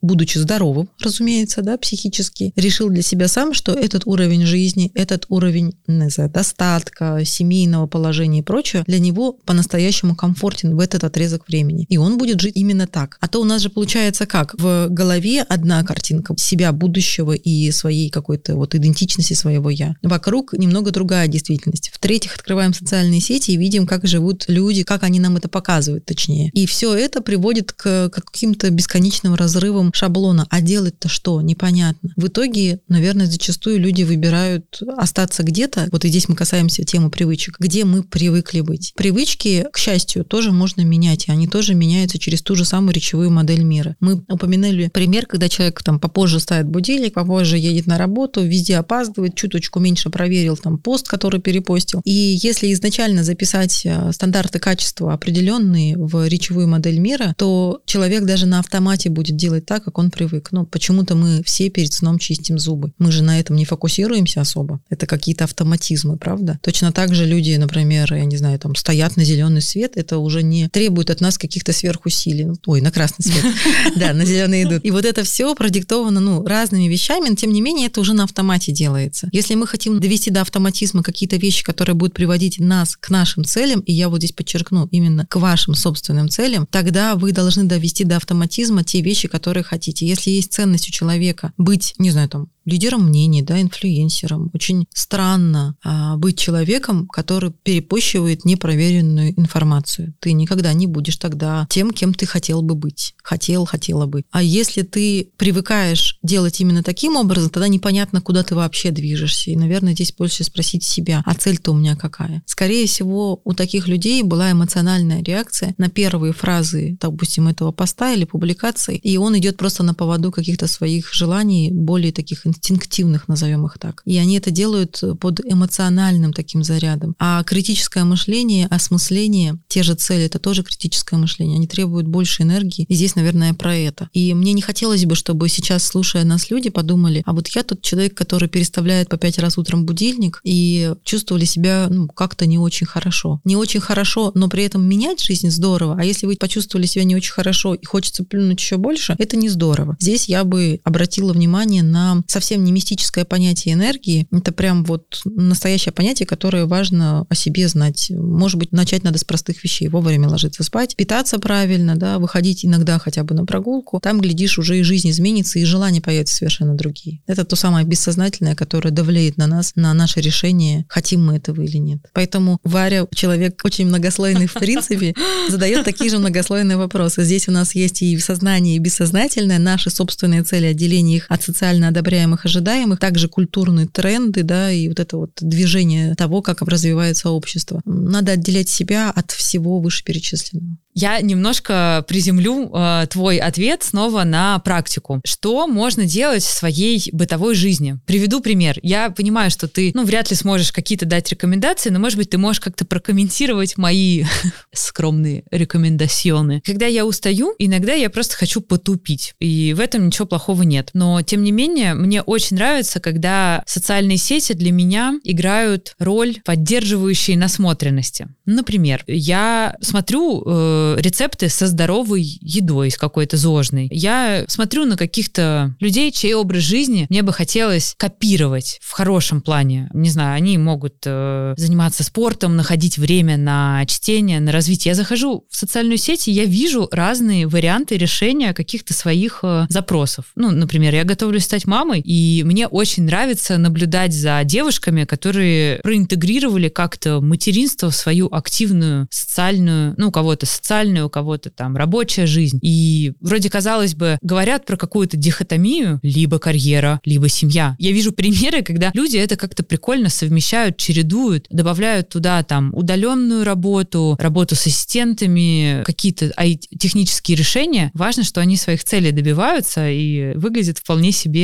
будучи здоровым, разумеется, да, психически, решил для себя сам, что этот уровень жизни, этот уровень, не знаю, достатка, семейного положения и прочее для него по-настоящему комфортен в этот отрезок времени. И он будет жить именно так. А то у нас же получается как? В голове одна картинка себя будущего и своей какой-то вот идентичности своего «я». Вокруг немного другая действительность. В-третьих, открываем социальные сети и видим, как живут люди, как они нам это показывают, точнее. И все это приводит к каким-то бесконечным разрывам шаблона. А делать-то что? Непонятно. В итоге, наверное, зачастую люди выбирают остаться где-то, вот и здесь мы касаемся темы привычек, где мы привыкли быть. Привычки, к счастью, тоже можно менять, и они тоже меняются через ту же самую речевую модель мира. Мы упомянули пример, когда человек там попозже ставит будильник, попозже едет на работу, везде опаздывает, чуточку меньше проверил там пост, который перепостил. И если изначально записать стандарты качества определенные в речевую модель мира, то человек даже на автомате будет делать так, как он привык. Ну, почему-то мы все перед сном чистим зубы. Мы же на этом не фокусируемся особо. Это какие-то автоматизмы, правда? Точно так же люди, например, я не знаю, там стоят на зеленый свет, это уже не требует от нас каких-то сверхусилий. Ой, на красный свет. Да, на зеленый идут. И вот это все продиктовано, разными вещами, но тем не менее это уже на автомате делается. Если мы хотим довести до автоматизма какие-то вещи, которые будут приводить нас к нашим целям, и я вот здесь подчеркну, именно к вашим собственным целям, тогда вы должны довести до автоматизма те вещи, которые хотите. Если есть ценность у человека быть, не знаю, там, лидером мнений, да, инфлюенсером. Очень странно быть человеком, который перепощивает непроверенную информацию. Ты никогда не будешь тогда тем, кем ты хотел бы быть. Хотела бы. А если ты привыкаешь делать именно таким образом, тогда непонятно, куда ты вообще движешься. И, наверное, здесь больше спросить себя, а цель-то у меня какая? Скорее всего, у таких людей была эмоциональная реакция на первые фразы, допустим, этого поста или публикации, и он идет просто на поводу каких-то своих желаний, более таких инстинктивных, назовем их так. И они это делают под эмоциональным таким зарядом. А критическое мышление, осмысление, те же цели, это тоже критическое мышление. Они требуют больше энергии. И здесь, наверное, про это. И мне не хотелось бы, чтобы сейчас, слушая нас, люди подумали, а вот я тот человек, который переставляет по 5 раз утром будильник, и чувствовали себя как-то не очень хорошо. Не очень хорошо, но при этом менять жизнь здорово. А если вы почувствовали себя не очень хорошо и хочется плюнуть еще больше, это не здорово. Здесь я бы обратила внимание на совсем не мистическое понятие энергии. Это прям вот настоящее понятие, которое важно о себе знать. Может быть, начать надо с простых вещей. Вовремя ложиться спать, питаться правильно, да, выходить иногда хотя бы на прогулку. Там, глядишь, уже и жизнь изменится, и желания появятся совершенно другие. Это то самое бессознательное, которое давлеет на нас, на наше решение, хотим мы этого или нет. Поэтому Варя, человек очень многослойный в принципе, задает такие же многослойные вопросы. Здесь у нас есть и сознание, и бессознательное, наши собственные цели, отделение их от социально одобряемых, ожидаемых, также культурные тренды, да, и вот это вот движение того, как развивается общество. Надо отделять себя от всего вышеперечисленного. Я немножко приземлю твой ответ снова на практику. Что можно делать в своей бытовой жизни? Приведу пример. Я понимаю, что ты, вряд ли сможешь какие-то дать рекомендации, но, может быть, ты можешь как-то прокомментировать мои скромные рекомендационы. Когда я устаю, иногда я просто хочу потупить, и в этом ничего плохого нет. Но, тем не менее, мне очень нравится, когда социальные сети для меня играют роль поддерживающей насмотренности. Например, я смотрю рецепты со здоровой едой, с какой-то зожной. Я смотрю на каких-то людей, чей образ жизни мне бы хотелось копировать в хорошем плане. Не знаю, они могут заниматься спортом, находить время на чтение, на развитие. Я захожу в социальную сеть, и я вижу разные варианты решения каких-то своих запросов. Например, я готовлюсь стать мамой, и мне очень нравится наблюдать за девушками, которые проинтегрировали как-то материнство в свою активную социальную, у кого-то социальную, у кого-то там рабочая жизнь. И вроде, казалось бы, говорят про какую-то дихотомию, либо карьера, либо семья. Я вижу примеры, когда люди это как-то прикольно совмещают, чередуют, добавляют туда там удаленную работу, работу с ассистентами, какие-то технические решения. Важно, что они своих целей добиваются и выглядят вполне себе радостно.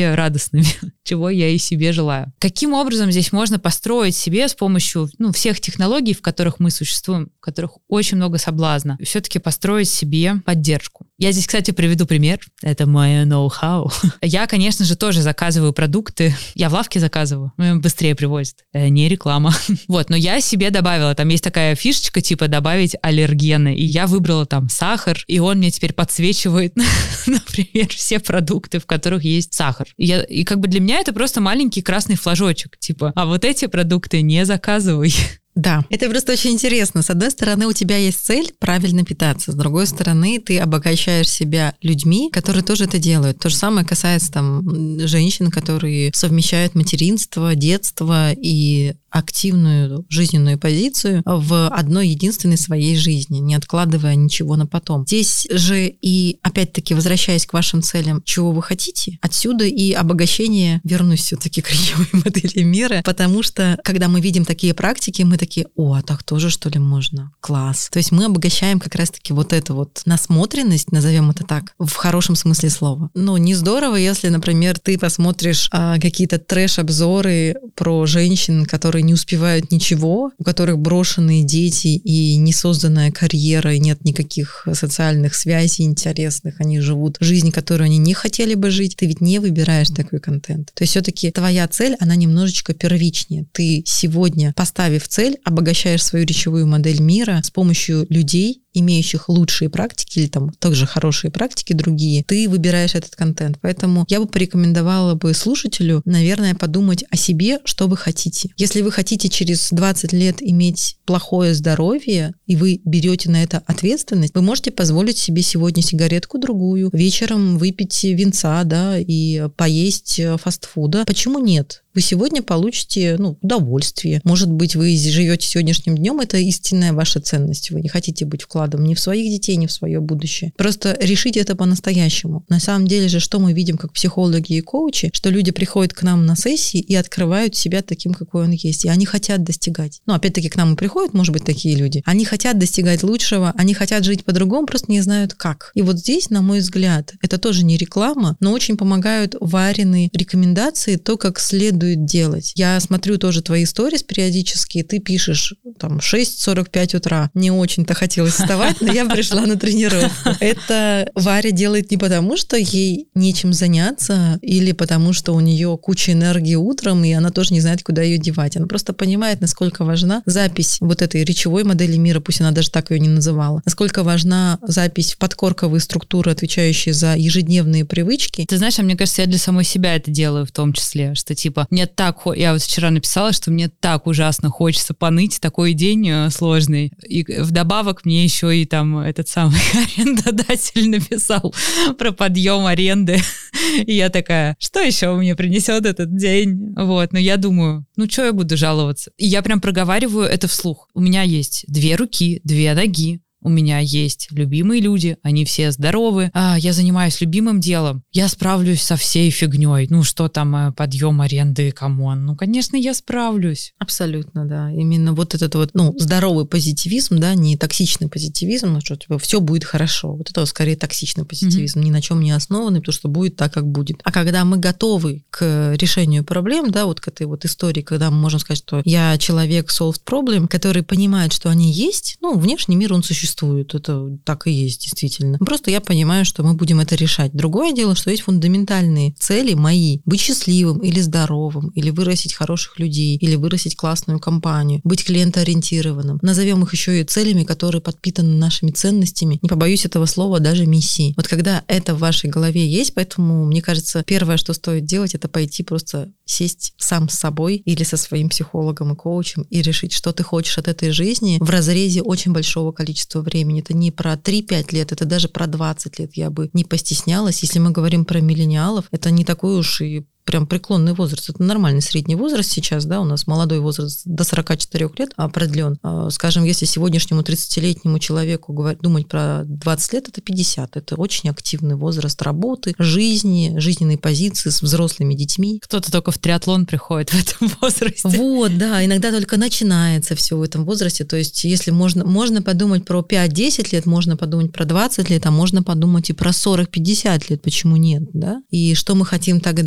классными, чего я и себе желаю. Каким образом здесь можно построить себе с помощью всех технологий, в которых мы существуем, в которых очень много соблазна, все-таки построить себе поддержку? Я здесь, кстати, приведу пример. Это мое ноу-хау. Я, конечно же, тоже заказываю продукты. Я в лавке заказываю. Быстрее привозят. Не реклама. Вот, но я себе добавила. Там есть такая фишечка, типа добавить аллергены. И я выбрала там сахар, и он мне теперь подсвечивает, например, все продукты, в которых есть сахар. И как бы для меня это просто маленький красный флажочек. Типа, а вот эти продукты не заказывай. Да, это просто очень интересно. С одной стороны, у тебя есть цель правильно питаться. С другой стороны, ты обогащаешь себя людьми, которые тоже это делают. То же самое касается женщин, которые совмещают материнство, детство и активную жизненную позицию в одной единственной своей жизни, не откладывая ничего на потом. Здесь же и, опять-таки, возвращаясь к вашим целям, чего вы хотите, отсюда и обогащение, вернусь все-таки к речевой модели мира, потому что, когда мы видим такие практики, мы такие, а так тоже, что ли, можно? Класс. То есть мы обогащаем как раз-таки вот эту вот насмотренность, назовем это так, в хорошем смысле слова. Не здорово, если, например, ты посмотришь какие-то трэш-обзоры про женщин, которые не успевают ничего, у которых брошенные дети и не созданная карьера, и нет никаких социальных связей интересных, они живут жизнь, которую они не хотели бы жить. Ты ведь не выбираешь такой контент. То есть все-таки твоя цель, она немножечко первичнее. Ты сегодня, поставив цель, обогащаешь свою речевую модель мира с помощью людей, имеющих лучшие практики или также хорошие практики другие, ты выбираешь этот контент. Поэтому я бы порекомендовала бы слушателю, наверное, подумать о себе, что вы хотите. Если вы хотите через 20 лет иметь плохое здоровье, и вы берете на это ответственность, вы можете позволить себе сегодня сигаретку другую, вечером выпить винца, и поесть фастфуда. Почему нет? Вы сегодня получите удовольствие. Может быть, вы живете сегодняшним днем, это истинная ваша ценность. Вы не хотите быть вкладом ни в своих детей, ни в свое будущее. Просто решите это по-настоящему. На самом деле же, что мы видим как психологи и коучи, что люди приходят к нам на сессии и открывают себя таким, какой он есть. И они хотят достигать. Опять-таки, к нам и приходят, может быть, такие люди. Они хотят достигать лучшего, они хотят жить по-другому, просто не знают как. И вот здесь, на мой взгляд, это тоже не реклама, но очень помогают Варины рекомендации, то, как следует делать. Я смотрю тоже твои сторис периодически, ты пишешь 6:45 утра. Не очень-то хотелось вставать, но я пришла на тренировку. Это Варя делает не потому, что ей нечем заняться, или потому, что у нее куча энергии утром, и она тоже не знает, куда ее девать. Она просто понимает, насколько важна запись вот этой речевой модели мира, пусть она даже так ее не называла, насколько важна запись в подкорковые структуры, отвечающие за ежедневные привычки. Ты знаешь, мне кажется, я для самой себя это делаю в том числе, что я вот вчера написала, что мне так ужасно хочется поныть, такой день сложный. И вдобавок мне еще и этот самый арендодатель написал про подъем аренды. И я такая, что еще мне принесет этот день? Вот, но я думаю, что я буду жаловаться? И я прям проговариваю это вслух. У меня есть 2 руки, 2 ноги. У меня есть любимые люди, они все здоровы. Я занимаюсь любимым делом. Я справлюсь со всей фигней. Что там, подъем аренды, камон. Конечно, я справлюсь. Абсолютно, да. Именно вот этот здоровый позитивизм, не токсичный позитивизм, что все будет хорошо. Вот это скорее токсичный позитивизм, ни на чем не основанный, потому что будет так, как будет. А когда мы готовы к решению проблем, к этой истории, когда мы можем сказать, что я человек solved problem, который понимает, что они есть, внешний мир, он существует. Это так и есть, действительно. Просто я понимаю, что мы будем это решать. Другое дело, что есть фундаментальные цели мои. Быть счастливым или здоровым, или вырастить хороших людей, или вырастить классную компанию, быть клиентоориентированным. Назовем их еще и целями, которые подпитаны нашими ценностями. Не побоюсь этого слова, даже миссией. Вот когда это в вашей голове есть, поэтому, мне кажется, первое, что стоит делать, это пойти просто сесть сам с собой или со своим психологом и коучем и решить, что ты хочешь от этой жизни в разрезе очень большого количества времени. Это не про 3-5 лет, это даже про 20 лет. Я бы не постеснялась. Если мы говорим про миллениалов, это не такой уж и прям преклонный возраст. Это нормальный средний возраст сейчас, у нас молодой возраст до 44 лет продлен. Скажем, если сегодняшнему 30-летнему человеку думать про 20 лет, это 50. Это очень активный возраст работы, жизни, жизненной позиции с взрослыми детьми. Кто-то только в триатлон приходит в этом возрасте. Вот, да, иногда только начинается все в этом возрасте. То есть, если можно подумать про 5-10 лет, можно подумать про 20 лет, а можно подумать и про 40-50 лет. Почему нет, да? И что мы хотим тогда?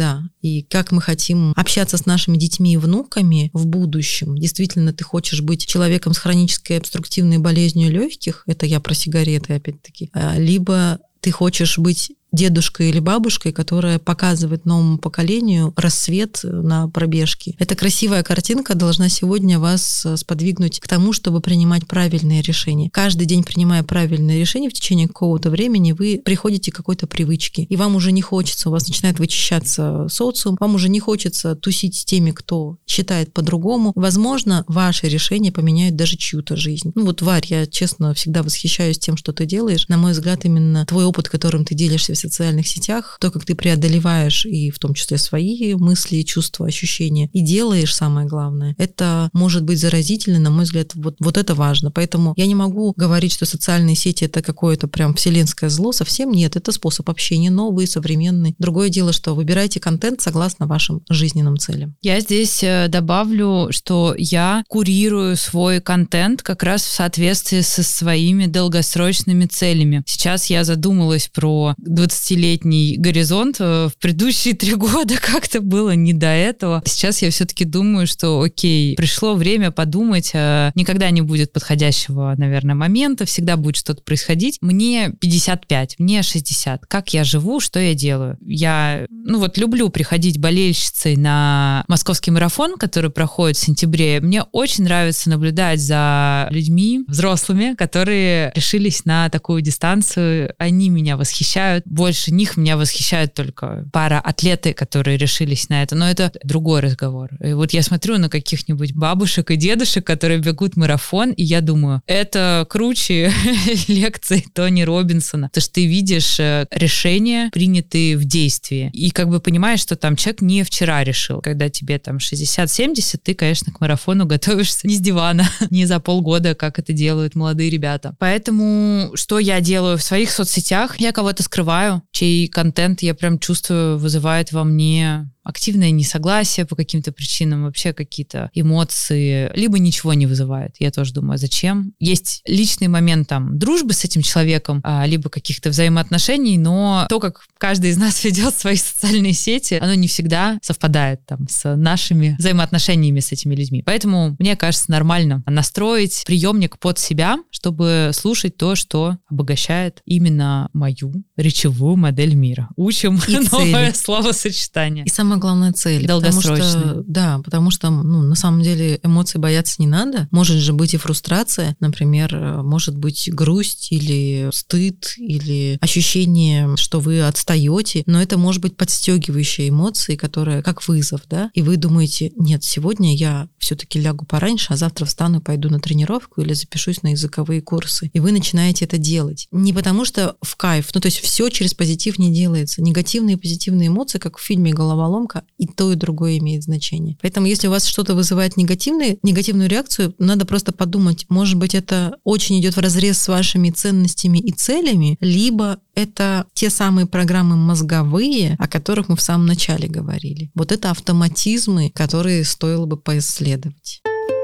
и как мы хотим общаться с нашими детьми и внуками в будущем. Действительно, ты хочешь быть человеком с хронической обструктивной болезнью легких, это я про сигареты опять-таки, либо ты хочешь быть дедушкой или бабушкой, которая показывает новому поколению рассвет на пробежке. Эта красивая картинка должна сегодня вас сподвигнуть к тому, чтобы принимать правильные решения. Каждый день, принимая правильные решения, в течение какого-то времени вы приходите к какой-то привычке, и вам уже не хочется, у вас начинает вычищаться социум, вам уже не хочется тусить с теми, кто считает по-другому. Возможно, ваши решения поменяют даже чью-то жизнь. Варь, я честно всегда восхищаюсь тем, что ты делаешь. На мой взгляд, именно твой опыт, которым ты делишься в социальных сетях, то, как ты преодолеваешь и в том числе свои мысли, чувства, ощущения, и делаешь самое главное, это может быть заразительно, на мой взгляд, вот это важно. Поэтому я не могу говорить, что социальные сети — это какое-то прям вселенское зло, совсем нет, это способ общения новый, современный. Другое дело, что выбирайте контент согласно вашим жизненным целям. Я здесь добавлю, что я курирую свой контент как раз в соответствии со своими долгосрочными целями. Сейчас я задумалась про 20-летний горизонт. В предыдущие 3 года как-то было не до этого. Сейчас я все-таки думаю, что окей, пришло время подумать. Никогда не будет подходящего, наверное, момента. Всегда будет что-то происходить. Мне 55, мне 60. Как я живу, что я делаю? Я, люблю приходить болельщицей на московский марафон, который проходит в сентябре. Мне очень нравится наблюдать за людьми, взрослыми, которые решились на такую дистанцию. Они меня восхищают. Больше них меня восхищают только пара атлеты, которые решились на это. Но это другой разговор. И вот я смотрю на каких-нибудь бабушек и дедушек, которые бегут марафон, и я думаю, это круче лекций Тони Робинсона. Потому что ты видишь решения, принятые в действии. И понимаешь, что там человек не вчера решил. Когда тебе 60-70, ты, конечно, к марафону готовишься не с дивана, не за полгода, как это делают молодые ребята. Поэтому что я делаю в своих соцсетях? Я кого-то скрываю, чей контент я прям чувствую вызывает во мне активное несогласие по каким-то причинам, вообще какие-то эмоции, либо ничего не вызывает. Я тоже думаю, зачем? Есть личный момент дружбы с этим человеком, либо каких-то взаимоотношений, но то, как каждый из нас ведет свои социальные сети, оно не всегда совпадает с нашими взаимоотношениями с этими людьми. Поэтому, мне кажется, нормально настроить приемник под себя, чтобы слушать то, что обогащает именно мою речевую модель мира. Учим новое словосочетание. И самое главное — цель. Долгосрочная. Потому что на самом деле эмоций бояться не надо. Может же быть и фрустрация, например, может быть грусть или стыд, или ощущение, что вы отстаете, но это может быть подстегивающая эмоция, которая как вызов, да, и вы думаете, нет, сегодня я все-таки лягу пораньше, а завтра встану и пойду на тренировку или запишусь на языковые курсы. И вы начинаете это делать. Не потому что в кайф, то есть все через позитив не делается. Негативные и позитивные эмоции, как в фильме «Головоломка», и то, и другое имеет значение. Поэтому если у вас что-то вызывает негативную реакцию, надо просто подумать, может быть, это очень идет вразрез с вашими ценностями и целями, либо это те самые программы мозговые, о которых мы в самом начале говорили. Вот это автоматизмы, которые стоило бы поисследовать.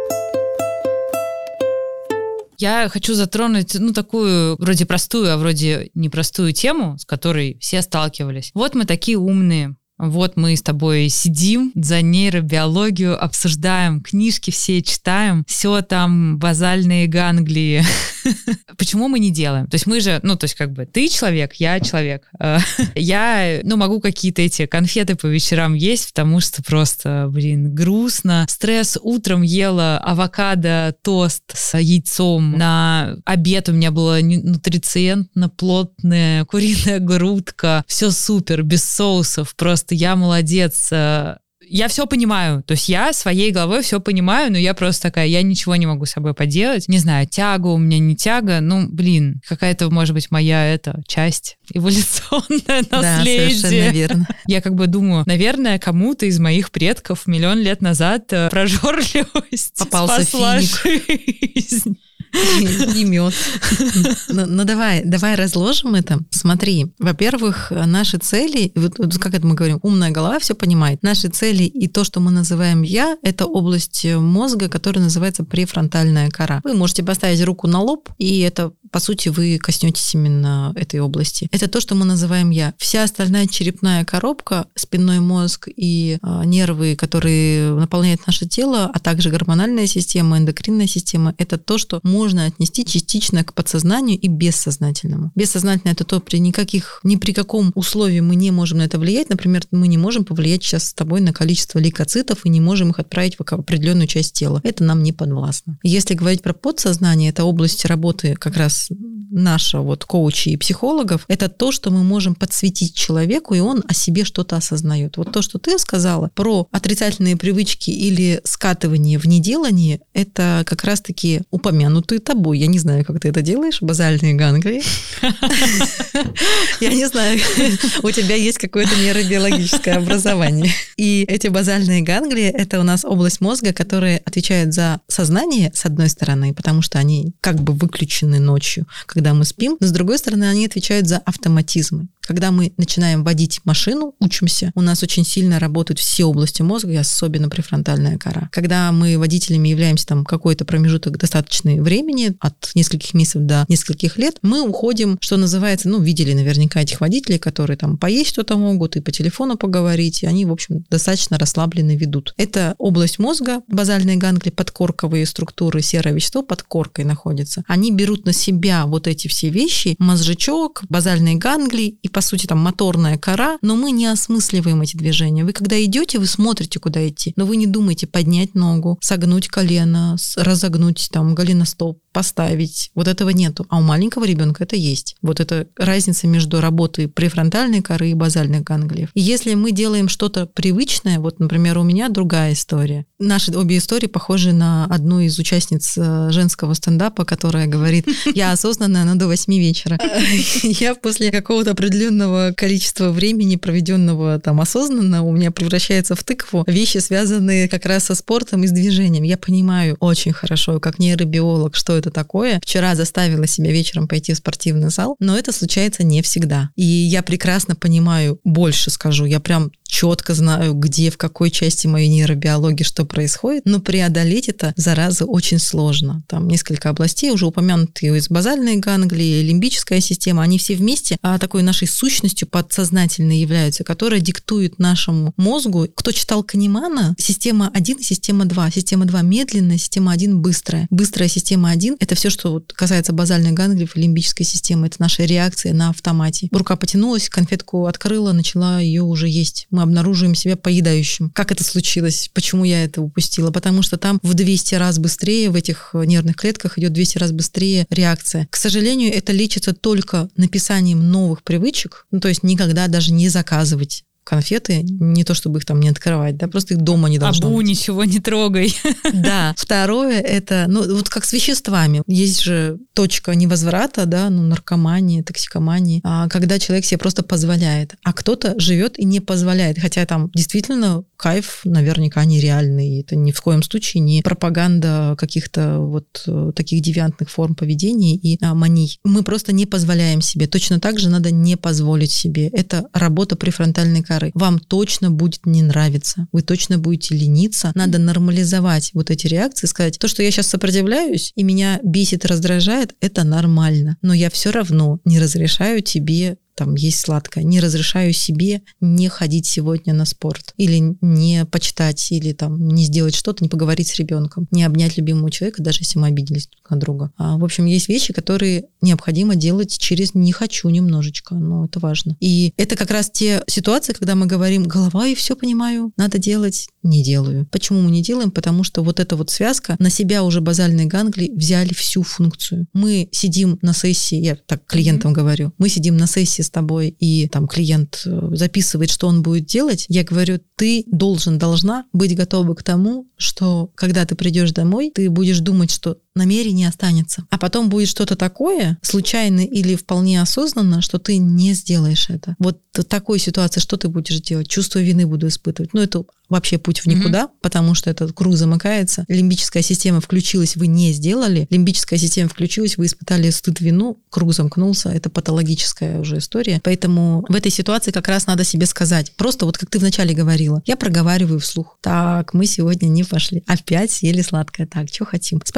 Я хочу затронуть, такую вроде простую, а вроде непростую тему, с которой все сталкивались. Вот мы такие умные. Вот мы с тобой сидим за нейробиологию, обсуждаем, книжки все читаем, все там базальные ганглии. Почему мы не делаем? То есть мы же, ты человек, я человек. Я, могу какие-то эти конфеты по вечерам есть, потому что просто, грустно. Стресс. Утром ела авокадо, тост с яйцом. На обед у меня была нутрициентно плотная куриная грудка. Все супер, без соусов. Просто я молодец. Я все понимаю, то есть я своей головой все понимаю, но я просто такая, я ничего не могу с собой поделать. Не знаю, тяга у меня, не тяга, какая-то, может быть, моя часть, эволюционное наследие. Да, совершенно верно. Я думаю, наверное, кому-то из моих предков 1 000 000 лет назад прожорливость попался спасла финик. жизнь. И мед. Давай разложим это. Смотри, во-первых, наши цели, вот как это мы говорим, умная голова все понимает. Наши цели и то, что мы называем «я», это область мозга, которая называется префронтальная кора. Вы можете поставить руку на лоб, и это по сути, вы коснетесь именно этой области. Это то, что мы называем я. Вся остальная черепная коробка, спинной мозг и нервы, которые наполняют наше тело, а также гормональная система, эндокринная система, это то, что можно отнести частично к подсознанию и бессознательному. Бессознательное — это то, ни при каком условии мы не можем на это влиять. Например, мы не можем повлиять сейчас с тобой на количество лейкоцитов и не можем их отправить в определенную часть тела. Это нам не подвластно. Если говорить про подсознание, это область работы как раз наша коучей и психологов, это то, что мы можем подсветить человеку, и он о себе что-то осознает. Вот то, что ты сказала про отрицательные привычки или скатывание в неделание, это как раз-таки упомянутые тобой. Я не знаю, как ты это делаешь, базальные ганглии. Я не знаю, у тебя есть какое-то нейробиологическое образование. И эти базальные ганглии — это у нас область мозга, которая отвечает за сознание, с одной стороны, потому что они как бы выключены ночью, когда мы спим, но с другой стороны, они отвечают за автоматизмы. Когда мы начинаем водить машину, учимся, у нас очень сильно работают все области мозга, и особенно префронтальная кора. Когда мы водителями являемся какой-то промежуток достаточного времени, от нескольких месяцев до нескольких лет, мы уходим, что называется, видели наверняка этих водителей, которые поесть что-то могут и по телефону поговорить, и они, в общем, достаточно расслабленно ведут. Это область мозга, базальные ганглии, подкорковые структуры, серое вещество под коркой находится. Они берут на себя вот эти все вещи, мозжечок, базальные ганглии и, по сути, моторная кора, но мы не осмысливаем эти движения. Вы когда идете, вы смотрите, куда идти, но вы не думаете поднять ногу, согнуть колено, разогнуть голеностоп, поставить. Вот этого нету. А у маленького ребенка это есть. Вот это разница между работой префронтальной коры и базальных ганглиев. И если мы делаем что-то привычное, например, у меня другая история. Наши обе истории похожи на одну из участниц женского стендапа, которая говорит: я осознанная, но до 8 вечера. Я после какого-то определенного количества времени, проведенного осознанно, у меня превращается в тыкву вещи, связанные как раз со спортом и с движением. Я понимаю очень хорошо, как нейробиолог, что это такое. Вчера заставила себя вечером пойти в спортивный зал, но это случается не всегда. И я прекрасно понимаю, больше скажу, я прям четко знаю, где, в какой части моей нейробиологии что происходит, но преодолеть это, зараза, очень сложно. Там несколько областей, уже упомянутые из базальной ганглии, лимбическая система, они все вместе такой нашей сущностью подсознательной являются, которая диктует нашему мозгу. Кто читал Канемана, система 1 и система 2. Система 2 медленная, система 1 быстрая. Быстрая система 1 — это все, что касается базальных ганглиев и лимбической системы. Это наша реакция на автомате. Рука потянулась, конфетку открыла, начала ее уже есть. Мы обнаруживаем себя поедающим. Как это случилось? Почему я это упустила? Потому что там в 200 раз быстрее, в этих нервных клетках идет 200 раз быстрее реакция. К сожалению, это лечится только написанием новых привычек, то есть никогда даже не заказывать конфеты, не то чтобы их не открывать, просто их дома не должно быть. Ничего не трогай. Да. Второе — это, как с веществами. Есть же точка невозврата, наркомании, токсикомании, когда человек себе просто позволяет, а кто-то живет и не позволяет, хотя там действительно кайф наверняка нереальный. Это ни в коем случае не пропаганда каких-то таких девиантных форм поведения и маний. Мы просто не позволяем себе. Точно так же надо не позволить себе. Это работа префронтальной коры. Вам точно будет не нравиться. Вы точно будете лениться. Надо нормализовать эти реакции, сказать: то, что я сейчас сопротивляюсь и меня бесит, раздражает, это нормально. Но я все равно не разрешаю тебе есть сладкое. Не разрешаю себе не ходить сегодня на спорт. Или не почитать, или не сделать что-то, не поговорить с ребенком, не обнять любимого человека, даже если мы обиделись друг на друга. В общем, есть вещи, которые необходимо делать через «не хочу» немножечко. Но это важно. И это как раз те ситуации, когда мы говорим: голова, и все понимаю, надо делать, не делаю. Почему мы не делаем? Потому что эта связка, на себя уже базальные ганглии взяли всю функцию. Мы сидим на сессии, я так клиентам говорю, мы сидим на сессии с тобой, и клиент записывает, что он будет делать, я говорю: ты должна быть готова к тому, что когда ты придешь домой, ты будешь думать, что намерение останется. А потом будет что-то такое, случайно или вполне осознанно, что ты не сделаешь это. В такой ситуации что ты будешь делать? Чувство вины буду испытывать. Это вообще путь в никуда, потому что этот круг замыкается. Лимбическая система включилась, вы не сделали. Лимбическая система включилась, вы испытали стыд, вину, круг замкнулся. Это патологическая уже история. Поэтому в этой ситуации как раз надо себе сказать. Просто как ты вначале говорила, я проговариваю вслух. Так, мы сегодня не пошли. Опять съели сладкое. Так, что хотим? Вспоминаем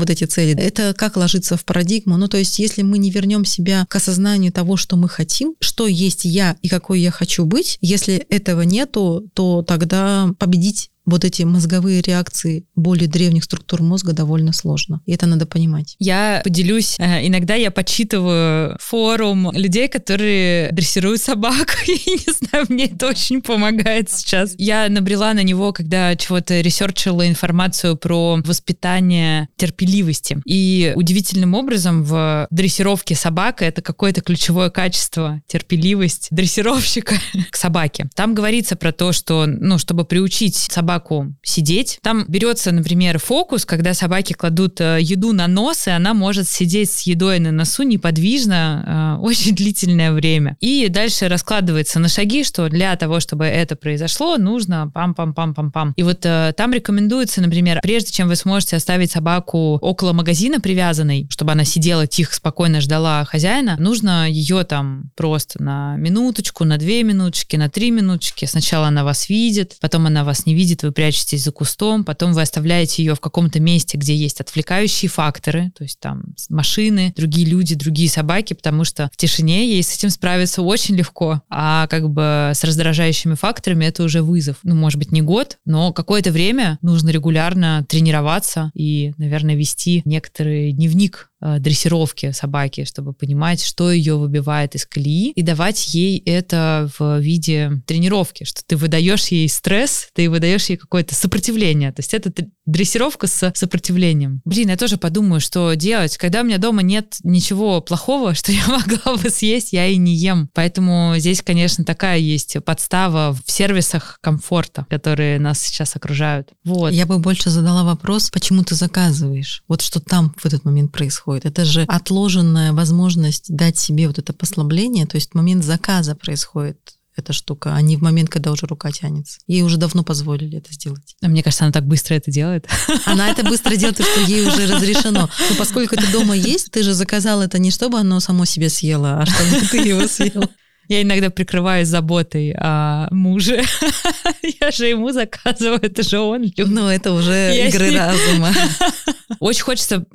вот эти цели. Это как ложится в парадигму. Ну, то есть, если мы не вернем себя к осознанию того, что мы хотим, что есть я и какой я хочу быть, если этого нету, то тогда победить вот эти мозговые реакции более древних структур мозга довольно сложно. И это надо понимать. Я поделюсь. Иногда я подсчитываю форум людей, которые дрессируют собак. Я не знаю, мне это очень помогает сейчас. Я набрела на него, когда чего-то ресерчила информацию про воспитание терпеливости. И удивительным образом в дрессировке собак это какое-то ключевое качество, терпеливость дрессировщика к собаке. Там говорится про то, что, чтобы приучить собаку сидеть. Там берется, например, фокус, когда собаки кладут еду на нос, и она может сидеть с едой на носу неподвижно очень длительное время. И дальше раскладывается на шаги, что для того, чтобы это произошло, нужно пам-пам-пам-пам-пам. И вот там рекомендуется, например, прежде чем вы сможете оставить собаку около магазина привязанной, чтобы она сидела тихо, спокойно ждала хозяина, нужно ее там просто на минуточку, на 2 минуточки, на 3 минуточки. Сначала она вас видит, потом она вас не видит, вы прячетесь за кустом, потом вы оставляете ее в каком-то месте, где есть отвлекающие факторы, то есть там машины, другие люди, другие собаки, потому что в тишине ей с этим справиться очень легко, а как бы с раздражающими факторами это уже вызов. Может быть, не год, но какое-то время нужно регулярно тренироваться и, наверное, вести некоторый дневник дрессировки собаки, чтобы понимать, что ее выбивает из колеи, и давать ей это в виде тренировки, что ты выдаешь ей стресс, ты выдаешь ей какое-то сопротивление. То есть это дрессировка с сопротивлением. Я тоже подумаю, что делать. Когда у меня дома нет ничего плохого, что я могла бы съесть, я и не ем. Поэтому здесь, конечно, такая есть подстава в сервисах комфорта, которые нас сейчас окружают. Вот. Я бы больше задала вопрос, почему ты заказываешь? Вот что там в этот момент происходит. Это же отложенная возможность дать себе вот это послабление, то есть в момент заказа происходит эта штука, а не в момент, когда уже рука тянется. Ей уже давно позволили это сделать. Мне кажется, она так быстро это делает. Она это быстро делает, потому что ей уже разрешено. Но поскольку это дома есть, ты же заказал это не чтобы оно само себе съело, а чтобы ты его съел. Я иногда прикрываюсь заботой о муже. Я же ему заказываю, это же он любит. Это уже игры разума. Очень хочется,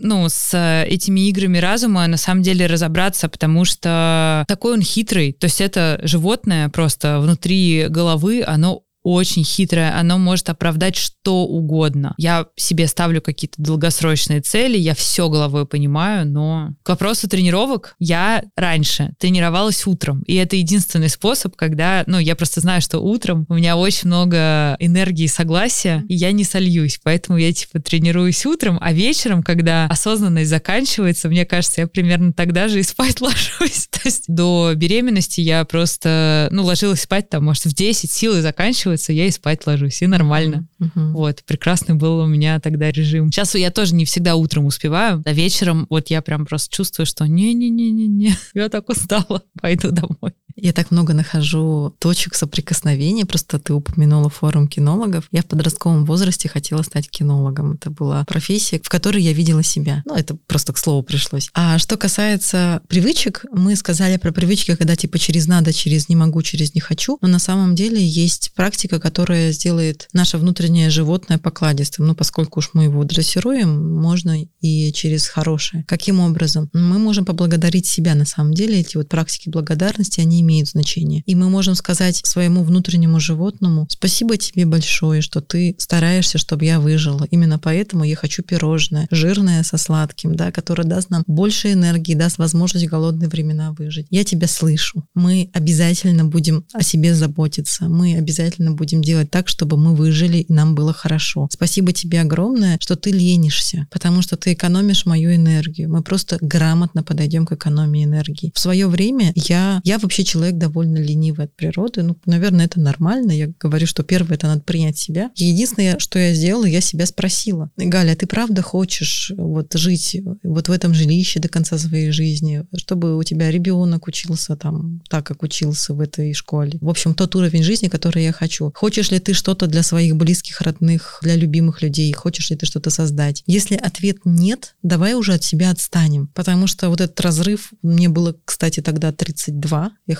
с этими играми разума на самом деле разобраться, потому что такой он хитрый. То есть это животное просто внутри головы, оно очень хитрое, оно может оправдать что угодно. Я себе ставлю какие-то долгосрочные цели, я все головой понимаю, но к вопросу тренировок я раньше тренировалась утром, и это единственный способ, когда, я просто знаю, что утром у меня очень много энергии и согласия, и я не сольюсь, поэтому я тренируюсь утром, а вечером, когда осознанность заканчивается, мне кажется, я примерно тогда же и спать ложусь. То есть до беременности я просто, ложилась спать там, может, в 10, силы заканчиваются, я и спать ложусь, и нормально. Вот, прекрасный был у меня тогда режим. Сейчас я тоже не всегда утром успеваю, а вечером я прям просто чувствую, что не-не-не-не-не, я так устала, пойду домой. Я так много нахожу точек соприкосновения, просто ты упомянула форум кинологов. Я в подростковом возрасте хотела стать кинологом. Это была профессия, в которой я видела себя. Это просто к слову пришлось. А что касается привычек, мы сказали про привычки, когда через надо, через не могу, через не хочу. Но на самом деле есть практика, которая сделает наше внутреннее животное покладистым. Поскольку уж мы его дрессируем, можно и через хорошее. Каким образом? Мы можем поблагодарить себя на самом деле. Эти практики благодарности, они имеют значение. И мы можем сказать своему внутреннему животному: спасибо тебе большое, что ты стараешься, чтобы я выжила. Именно поэтому я хочу пирожное, жирное со сладким, которое даст нам больше энергии, даст возможность в голодные времена выжить. Я тебя слышу. Мы обязательно будем о себе заботиться. Мы обязательно будем делать так, чтобы мы выжили и нам было хорошо. Спасибо тебе огромное, что ты ленишься, потому что ты экономишь мою энергию. Мы просто грамотно подойдем к экономии энергии. В свое время я вообще человек довольно ленивый от природы. Наверное, это нормально. Я говорю, что первое — это надо принять себя. Единственное, что я сделала, я себя спросила: Галя, а ты правда хочешь жить в этом жилище до конца своей жизни, чтобы у тебя ребенок учился так, как учился в этой школе? В общем, тот уровень жизни, который я хочу. Хочешь ли ты что-то для своих близких, родных, для любимых людей? Хочешь ли ты что-то создать? Если ответ нет, давай уже от себя отстанем. Потому что этот разрыв, мне было, кстати, тогда 32, я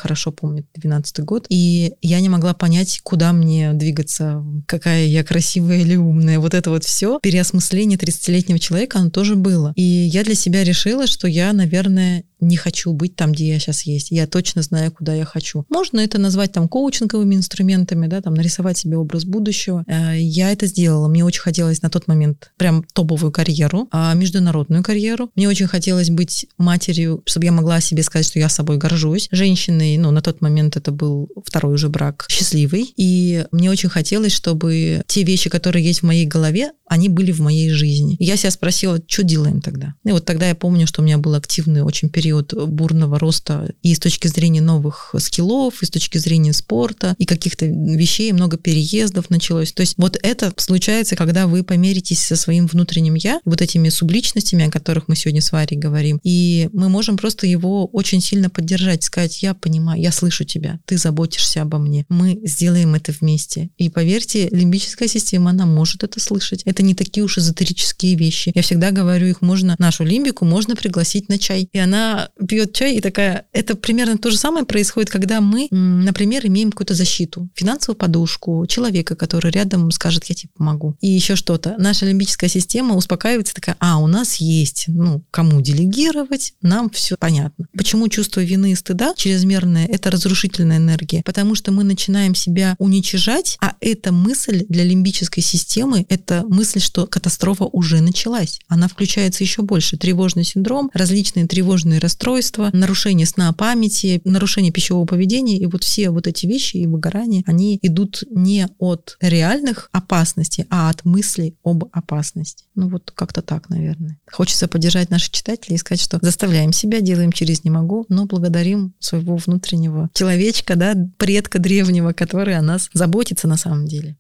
хорошо помню, 12-й год, и я не могла понять, куда мне двигаться, какая я красивая или умная. Вот это вот все переосмысление 30-летнего человека, оно тоже было. И я для себя решила, что я, наверное, не хочу быть там, где я сейчас есть. Я точно знаю, куда я хочу. Можно это назвать там коучинговыми инструментами, да, там нарисовать себе образ будущего. Я это сделала. Мне очень хотелось на тот момент прям топовую карьеру, международную карьеру. Мне очень хотелось быть матерью, чтобы я могла о себе сказать, что я собой горжусь. Женщиной, на тот момент это был второй уже брак, счастливый. И мне очень хотелось, чтобы те вещи, которые есть в моей голове, они были в моей жизни. И я себя спросила, что делаем тогда? И вот тогда я помню, что у меня был активный очень период бурного роста и с точки зрения новых скиллов, и с точки зрения спорта, и каких-то вещей, много переездов началось. То есть вот это случается, когда вы помиритесь со своим внутренним «я», вот этими субличностями, о которых мы сегодня с Варей говорим, и мы можем просто его очень сильно поддержать, сказать: я понимаю, я слышу тебя, ты заботишься обо мне, мы сделаем это вместе. И поверьте, лимбическая система, она может это слышать. Это не такие уж эзотерические вещи. Я всегда говорю, нашу лимбику можно пригласить на чай. И она пьет чай и такая... Это примерно то же самое происходит, когда мы, например, имеем какую-то защиту, финансовую подушку, человека, который рядом скажет: я тебе помогу. И еще что-то. Наша лимбическая система успокаивается, такая: у нас есть, кому делегировать, нам все понятно. Почему чувство вины и стыда чрезмерное — это разрушительная энергия? Потому что мы начинаем себя уничижать, а эта мысль для лимбической системы — это мысль, что катастрофа уже началась. Она включается еще больше. Тревожный синдром, различные тревожные расстройства, нарушение сна, памяти, нарушение пищевого поведения. И вот все вот эти вещи и выгорания, они идут не от реальных опасностей, а от мыслей об опасности. Вот как-то так, наверное. Хочется поддержать наших читателей и сказать, что заставляем себя, делаем через «не могу», но благодарим своего внутреннего человечка, да, предка древнего, который о нас заботится на самом деле.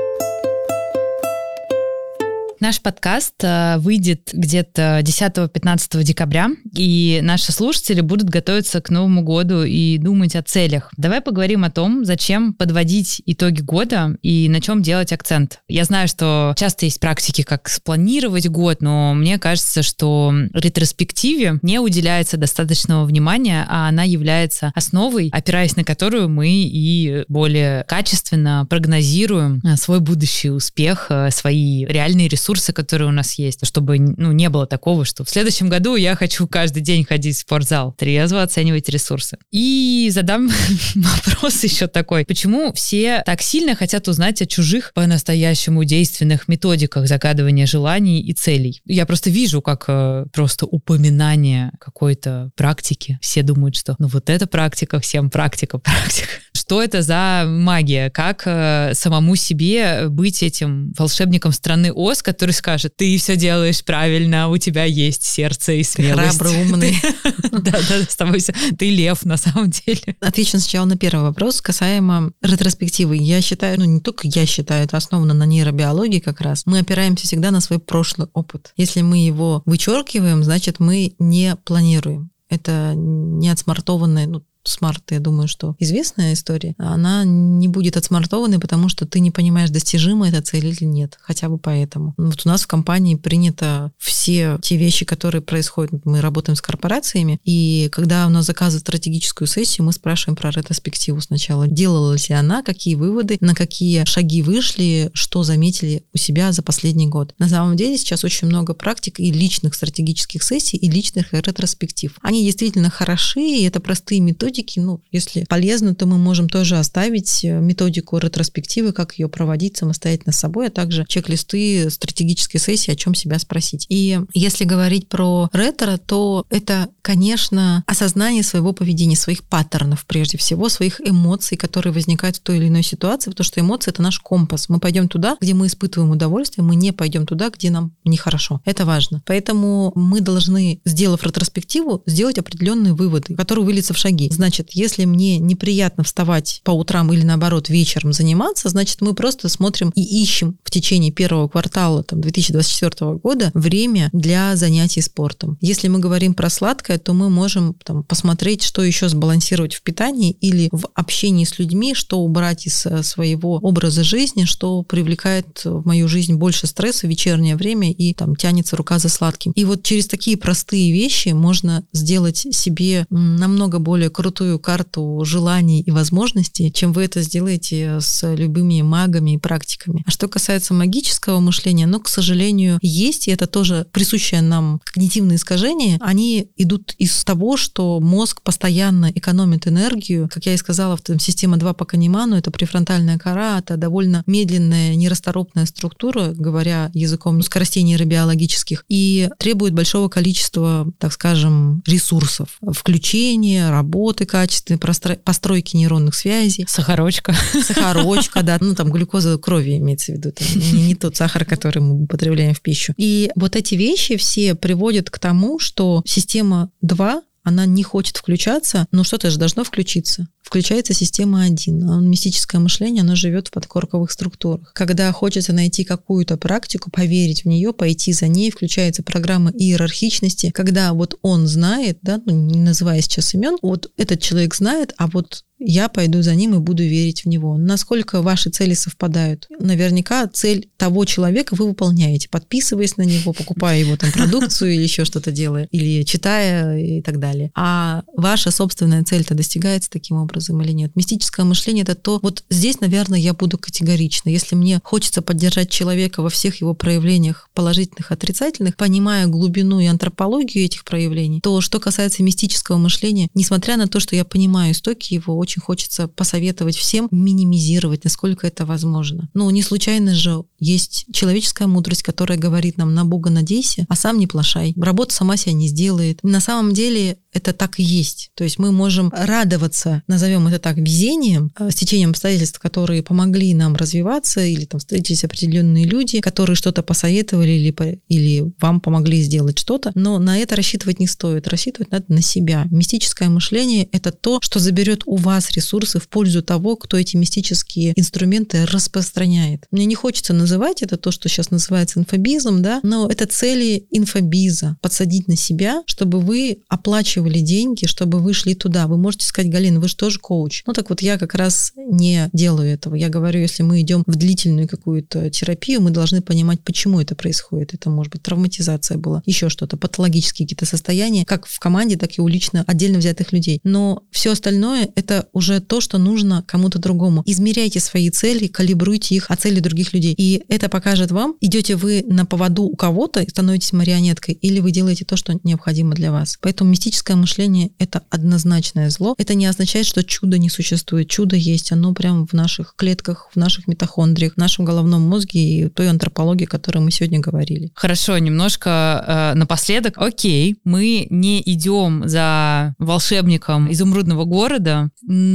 Наш подкаст выйдет где-то 10-15 декабря, и наши слушатели будут готовиться к Новому году и думать о целях. Давай поговорим о том, зачем подводить итоги года и на чем делать акцент. Я знаю, что часто есть практики, как спланировать год, но мне кажется, что ретроспективе не уделяется достаточного внимания, а она является основой, опираясь на которую мы и более качественно прогнозируем свой будущий успех, свои реальные ресурсы, которые у нас есть, чтобы не было такого, что в следующем году я хочу каждый день ходить в спортзал. Трезво оценивать ресурсы. И задам вопрос еще такой. Почему все так сильно хотят узнать о чужих по-настоящему действенных методиках загадывания желаний и целей? Я просто вижу, как просто упоминание какой-то практики. Все думают, что вот эта практика, всем практика. Что это за магия? Как самому себе быть этим волшебником страны Оз, который скажет: ты все делаешь правильно, у тебя есть сердце и смелость. Храбрый, умный. Да, с тобой все. Ты лев, на самом деле. Отвечу сначала на первый вопрос касаемо ретроспективы. Я считаю, не только я считаю, это основано на нейробиологии как раз. Мы опираемся всегда на свой прошлый опыт. Если мы его вычеркиваем, значит, мы не планируем. Это не отсмартованное, смарт, я думаю, что известная история, она не будет отсмартованной, потому что ты не понимаешь, достижима эта цель или нет. Хотя бы поэтому. Вот у нас в компании принято все те вещи, которые происходят. Мы работаем с корпорациями, и когда у нас заказывают стратегическую сессию, мы спрашиваем про ретроспективу сначала. Делалась ли она, какие выводы, на какие шаги вышли, что заметили у себя за последний год. На самом деле сейчас очень много практик и личных стратегических сессий, и личных ретроспектив. Они действительно хороши, и это простые методики. Если полезно, то мы можем тоже оставить методику ретроспективы, как ее проводить самостоятельно с собой, а также чек-листы стратегической сессии, о чем себя спросить. И если говорить про ретро, то это, конечно, осознание своего поведения, своих паттернов, прежде всего, своих эмоций, которые возникают в той или иной ситуации, потому что эмоции — это наш компас. Мы пойдем туда, где мы испытываем удовольствие, мы не пойдем туда, где нам нехорошо. Это важно. Поэтому мы должны, сделав ретроспективу, сделать определенные выводы, которые выльются в шаги. Значит, если мне неприятно вставать по утрам или, наоборот, вечером заниматься, значит, мы просто смотрим и ищем в течение первого квартала 2024 года время для занятий спортом. Если мы говорим про сладкое, то мы можем посмотреть, что еще сбалансировать в питании или в общении с людьми, что убрать из своего образа жизни, что привлекает в мою жизнь больше стресса в вечернее время и тянется рука за сладким. И вот через такие простые вещи можно сделать себе намного более крутой крутую карту желаний и возможностей, чем вы это сделаете с любыми магами и практиками. А что касается магического мышления, оно, к сожалению, есть, и это тоже присущее нам когнитивные искажения. Они идут из того, что мозг постоянно экономит энергию. Как я и сказала, система 2 по Канеману, это префронтальная кора, это довольно медленная, нерасторопная структура, говоря языком скоростей нейробиологических, и требует большого количества, так скажем, ресурсов. Включения, работы качественной, постройки нейронных связей. Сахарочка, да. Там глюкоза крови имеется в виду. Не тот сахар, который мы употребляем в пищу. И вот эти вещи все приводят к тому, что система 2, она не хочет включаться, но что-то же должно включиться. Включается система 1. Мистическое мышление, оно живет в подкорковых структурах. Когда хочется найти какую-то практику, поверить в нее, пойти за ней, включается программа иерархичности, когда вот он знает, да, не называя сейчас имен, вот этот человек знает, а вот я пойду за ним и буду верить в него. Насколько ваши цели совпадают? Наверняка цель того человека вы выполняете, подписываясь на него, покупая его там продукцию или еще что-то делая, или читая и так далее. А ваша собственная цель-то достигается таким образом или нет? Мистическое мышление — это то... Вот здесь, наверное, я буду категорична. Если мне хочется поддержать человека во всех его проявлениях положительных, отрицательных, понимая глубину и антропологию этих проявлений, то, что касается мистического мышления, несмотря на то, что я понимаю истоки его, очень хочется посоветовать всем минимизировать, насколько это возможно. Но не случайно же есть человеческая мудрость, которая говорит нам: на Бога надейся, а сам не плашай. Работа сама себя не сделает. На самом деле это так и есть. То есть мы можем радоваться, назовем это так, везением, стечением обстоятельств, которые помогли нам развиваться, или там встретились определенные люди, которые что-то посоветовали или вам помогли сделать что-то, но на это рассчитывать не стоит. Рассчитывать надо на себя. Мистическое мышление — это то, что заберет у вас ресурсы в пользу того, кто эти мистические инструменты распространяет. Мне не хочется называть это то, что сейчас называется инфобизом, да, но это цели инфобиза. Подсадить на себя, чтобы вы оплачивали деньги, чтобы вы шли туда. Вы можете сказать: Галина, вы же тоже коуч. Ну так вот, я как раз не делаю этого. Я говорю, если мы идем в длительную какую-то терапию, мы должны понимать, почему это происходит. Это может быть травматизация была, еще что-то, патологические какие-то состояния, как в команде, так и у лично отдельно взятых людей. Но все остальное — это уже то, что нужно кому-то другому. Измеряйте свои цели, калибруйте их от цели других людей. И это покажет вам, идете вы на поводу у кого-то и становитесь марионеткой, или вы делаете то, что необходимо для вас. Поэтому мистическое мышление — это однозначное зло. Это не означает, что чудо не существует. Чудо есть, оно прямо в наших клетках, в наших митохондриях, в нашем головном мозге и той антропологии, о которой мы сегодня говорили. Хорошо, немножко напоследок. Окей, мы не идем за волшебником изумрудного города,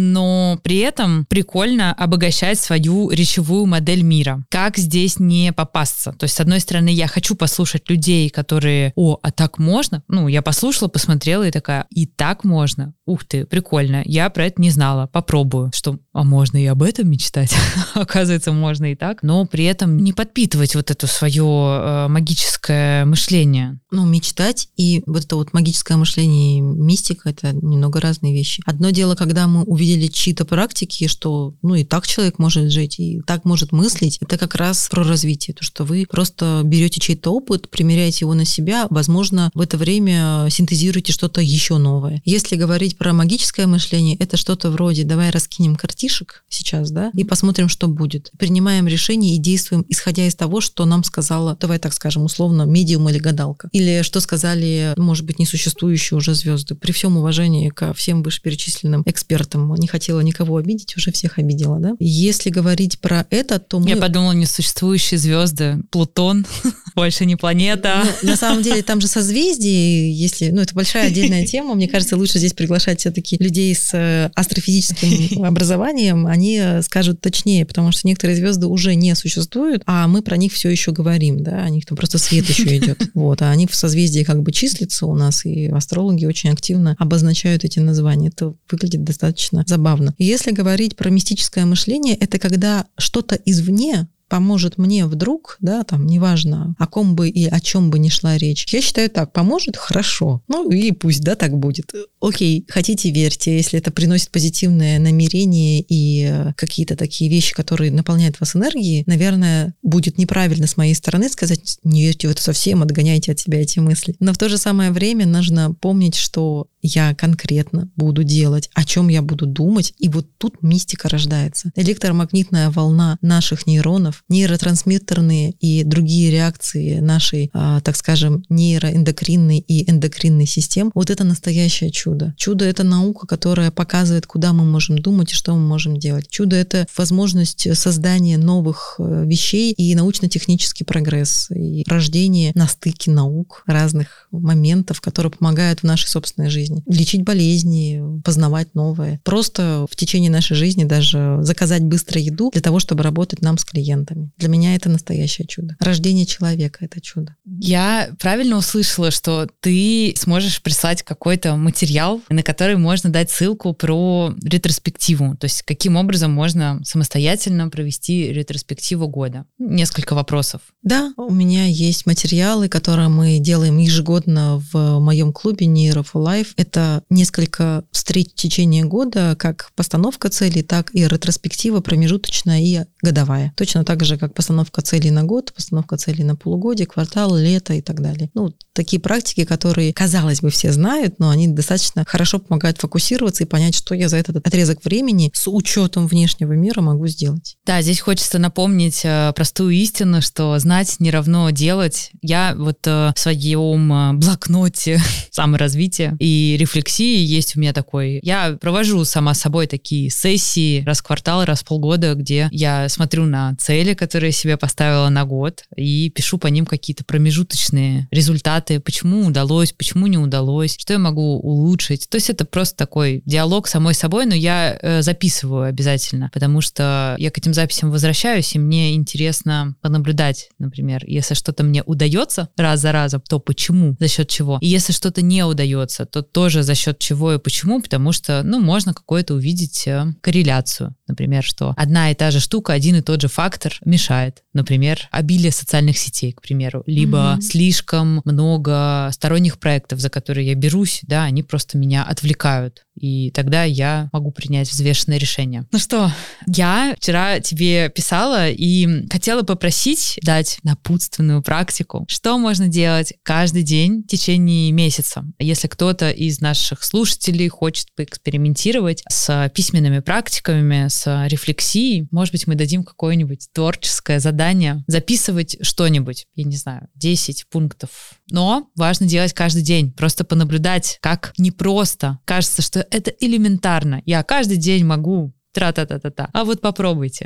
но при этом прикольно обогащать свою речевую модель мира. Как здесь не попасться? То есть, с одной стороны, я хочу послушать людей, которые: а так можно? Я послушала, посмотрела и такая: и так можно? Ух ты, прикольно. Я про это не знала. Попробую. Что, можно и об этом мечтать? Оказывается, можно и так. Но при этом не подпитывать вот это свое магическое мышление. Мечтать и вот это вот магическое мышление и мистика — это немного разные вещи. Одно дело, когда мы увидели чьи-то практики, что и так человек может жить, и так может мыслить, это как раз про развитие. То, что вы просто берете чей-то опыт, примеряете его на себя, возможно, в это время синтезируете что-то еще новое. Если говорить про магическое мышление, это что-то вроде: давай раскинем картишек сейчас, да, и посмотрим, что будет. Принимаем решение и действуем, исходя из того, что нам сказала, давай так скажем, условно, медиум или гадалка. Или что сказали, может быть, несуществующие уже звезды. При всем уважении ко всем вышеперечисленным экспертам. Не хотела никого обидеть, уже всех обидела, да? Если говорить про это, то мы... Я подумала, несуществующие звезды. Плутон, больше не планета. На самом деле, там же созвездия, если... это большая отдельная тема. Мне кажется, лучше здесь приглашать все-таки людей с астрофизическим образованием. Они скажут точнее, потому что некоторые звезды уже не существуют, а мы про них все еще говорим, да? О них там просто свет еще идет. А они в созвездии как бы числятся у нас, и астрологи очень активно обозначают эти названия. Это выглядит достаточно забавно. И если говорить про мистическое мышление, это когда что-то извне поможет мне вдруг, да, там, неважно, о ком бы и о чем бы ни шла речь. Я считаю так, поможет, хорошо. Ну и пусть, да, так будет. Окей, хотите, верьте, если это приносит позитивное намерение и какие-то такие вещи, которые наполняют вас энергией, наверное, будет неправильно с моей стороны сказать, не верьте в это совсем, отгоняйте от себя эти мысли. Но в то же самое время нужно помнить, что я конкретно буду делать, о чем я буду думать, и вот тут мистика рождается. Электромагнитная волна наших нейронов, нейротрансмиттерные и другие реакции нашей, так скажем, нейроэндокринной и эндокринной систем, вот это настоящее чудо. Чудо — это наука, которая показывает, куда мы можем думать и что мы можем делать. Чудо — это возможность создания новых вещей и научно-технический прогресс, и рождение на стыке наук разных моментов, которые помогают в нашей собственной жизни. Лечить болезни, познавать новое. Просто в течение нашей жизни даже заказать быстро еду для того, чтобы работать нам с клиентами. Для меня это настоящее чудо. Рождение человека — это чудо. Я правильно услышала, что ты сможешь прислать какой-то материал, на который можно дать ссылку про ретроспективу, то есть каким образом можно самостоятельно провести ретроспективу года. Несколько вопросов. Да, у меня есть материалы, которые мы делаем ежегодно в моем клубе Neuro for Life. Это несколько встреч в течение года, как постановка целей, так и ретроспектива промежуточная и годовая. Точно так же, как постановка целей на год, постановка целей на полугодие, квартал, лето и так далее. Ну, такие практики, которые, казалось бы, все знают, но они достаточно хорошо помогают фокусироваться и понять, что я за этот отрезок времени с учетом внешнего мира могу сделать. Да, здесь хочется напомнить простую истину, что знать не равно делать. Я вот в своем блокноте саморазвития и рефлексии есть у меня такой. Я провожу сама собой такие сессии раз в квартал, раз в полгода, где я смотрю на цели, которые я себе поставила на год, и пишу по ним какие-то промежуточные результаты, почему удалось, почему не удалось, что я могу улучшить. То есть это просто такой диалог с самой собой, но я записываю обязательно, потому что я к этим записям возвращаюсь, и мне интересно понаблюдать, например, если что-то мне удается раз за разом, то почему, за счет чего. И если что-то не удается, то тоже за счет чего и почему, потому что, можно какое-то увидеть корреляцию. Например, что одна и та же штука, один и тот же фактор мешает. Например, обилие социальных сетей, к примеру, либо слишком много сторонних проектов, за которые я берусь, да, они просто меня отвлекают. И тогда я могу принять взвешенное решение. Ну что, я вчера тебе писала и хотела попросить дать напутственную практику, что можно делать каждый день в течение месяца. Если кто-то из наших слушателей хочет поэкспериментировать с письменными практиками, с рефлексией, может быть, мы дадим какое-нибудь творческое задание, записывать что-нибудь, я не знаю, 10 пунктов. Но важно делать каждый день, просто понаблюдать, как непросто. Кажется, что это элементарно. Я каждый день могу тра-та-та-та-та. А вот попробуйте.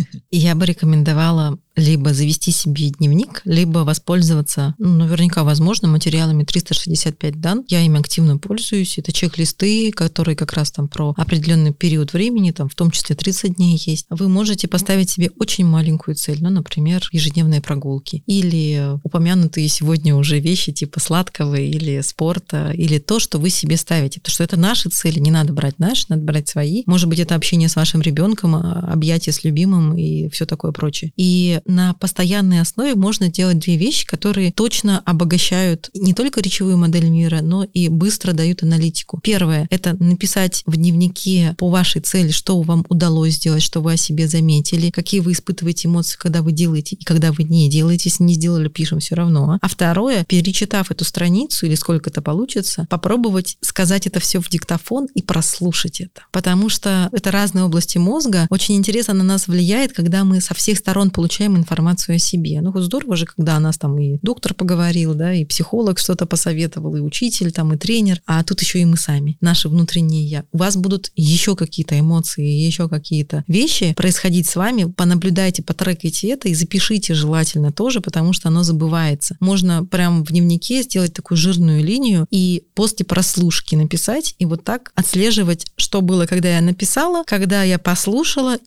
Я бы рекомендовала либо завести себе дневник, либо воспользоваться, наверняка, возможно, материалами 365 дан. Я ими активно пользуюсь. Это чек-листы, которые как раз там про определенный период времени, там в том числе 30 дней есть. Вы можете поставить себе очень маленькую цель, например, ежедневные прогулки или упомянутые сегодня уже вещи типа сладкого или спорта, или то, что вы себе ставите. Потому что это наши цели, не надо брать наши, надо брать свои. Может быть, это общение с вашим ребенком, объятие с любимым и все такое прочее. И на постоянной основе можно делать две вещи, которые точно обогащают не только речевую модель мира, но и быстро дают аналитику. Первое — это написать в дневнике по вашей цели, что вам удалось сделать, что вы о себе заметили, какие вы испытываете эмоции, когда вы делаете и когда вы не делаете. Если не сделали, пишем все равно. А второе — перечитав эту страницу или сколько это получится, попробовать сказать это все в диктофон и прослушать это. Потому что это разные области мозга. Очень интересно на нас влияет, когда мы со всех сторон получаем информацию о себе. Вот здорово же, когда о нас там и доктор поговорил, да, и психолог что-то посоветовал, и учитель, там, и тренер, а тут еще и мы сами, наше внутреннее я. У вас будут еще какие-то эмоции, еще какие-то вещи происходить с вами. Понаблюдайте, потрекайте это и запишите желательно тоже, потому что оно забывается. Можно прям в дневнике сделать такую жирную линию и после прослушки написать, и вот так отслеживать, что было, когда я написала, когда я послушала, и вот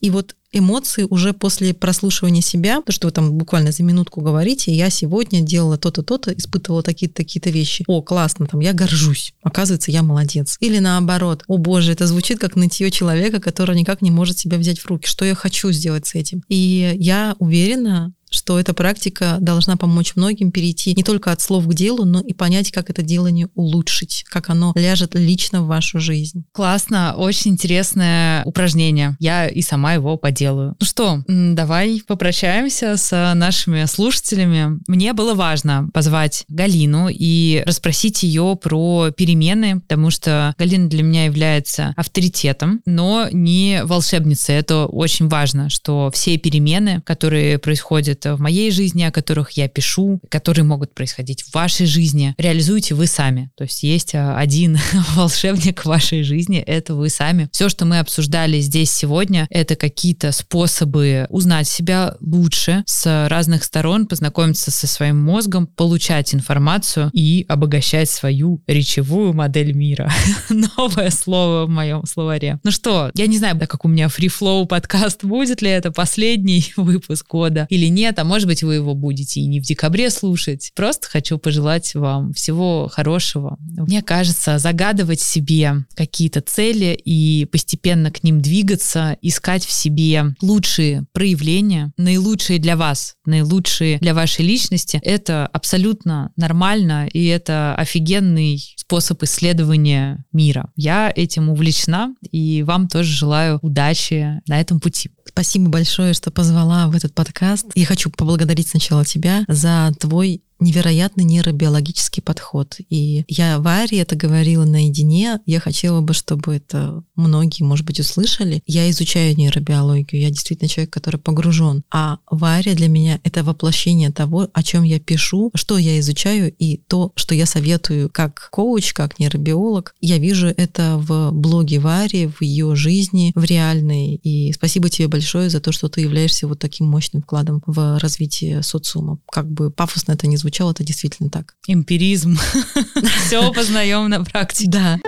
эмоции уже после прослушивания себя, то, что вы там буквально за минутку говорите, я сегодня делала то-то, то-то, испытывала такие-то вещи. О, классно, там, я горжусь. Оказывается, я молодец. Или наоборот, о боже, это звучит как нытье человека, который никак не может себя взять в руки. Что я хочу сделать с этим? И я уверена, что эта практика должна помочь многим перейти не только от слов к делу, но и понять, как это делание улучшить, как оно ляжет лично в вашу жизнь. Классно, очень интересное упражнение. Я и сама его поделаю. Ну что, давай попрощаемся с нашими слушателями. Мне было важно позвать Галину и расспросить ее про перемены, потому что Галина для меня является авторитетом, но не волшебницей. Это очень важно, что все перемены, которые происходят в моей жизни, о которых я пишу, которые могут происходить в вашей жизни, реализуете вы сами. То есть есть один волшебник в вашей жизни, это вы сами. Все, что мы обсуждали здесь сегодня, это какие-то способы узнать себя лучше с разных сторон, познакомиться со своим мозгом, получать информацию и обогащать свою речевую модель мира. Новое слово в моем словаре. Ну что, я не знаю, как у меня фри-флоу подкаст, будет ли это последний выпуск года или нет, а может быть, вы его будете и не в декабре слушать. Просто хочу пожелать вам всего хорошего. Мне кажется, загадывать себе какие-то цели и постепенно к ним двигаться, искать в себе лучшие проявления, наилучшие для вас, наилучшие для вашей личности, это абсолютно нормально, и это офигенный способ исследования мира. Я этим увлечена, и вам тоже желаю удачи на этом пути. Спасибо большое, что позвала в этот подкаст. Я хочу поблагодарить сначала тебя за твой невероятный нейробиологический подход. И я Варе это говорила наедине. Я хотела бы, чтобы это многие, может быть, услышали. Я изучаю нейробиологию. Я действительно человек, который погружен. А Варя для меня — это воплощение того, о чем я пишу, что я изучаю, и то, что я советую как коуч, как нейробиолог. Я вижу это в блоге Вари, в ее жизни, в реальной. И спасибо тебе большое за то, что ты являешься вот таким мощным вкладом в развитие социума. Как бы пафосно это ни звучало, это действительно так. Эмпиризм. Все познаем на практике. Да.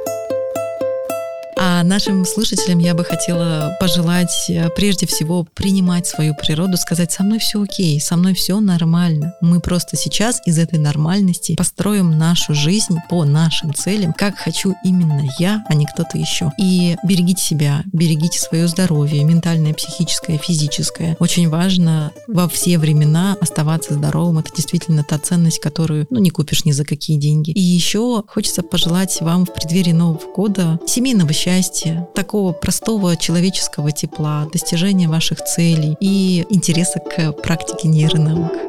А нашим слушателям я бы хотела пожелать прежде всего принимать свою природу, сказать: со мной все окей, со мной все нормально. Мы просто сейчас из этой нормальности построим нашу жизнь по нашим целям, как хочу именно я, а не кто-то еще. И берегите себя, берегите свое здоровье, ментальное, психическое, физическое. Очень важно во все времена оставаться здоровым. Это действительно та ценность, которую не купишь ни за какие деньги. И еще хочется пожелать вам в преддверии Нового года семейного счастья, такого простого человеческого тепла, достижения ваших целей и интереса к практике нейронаук.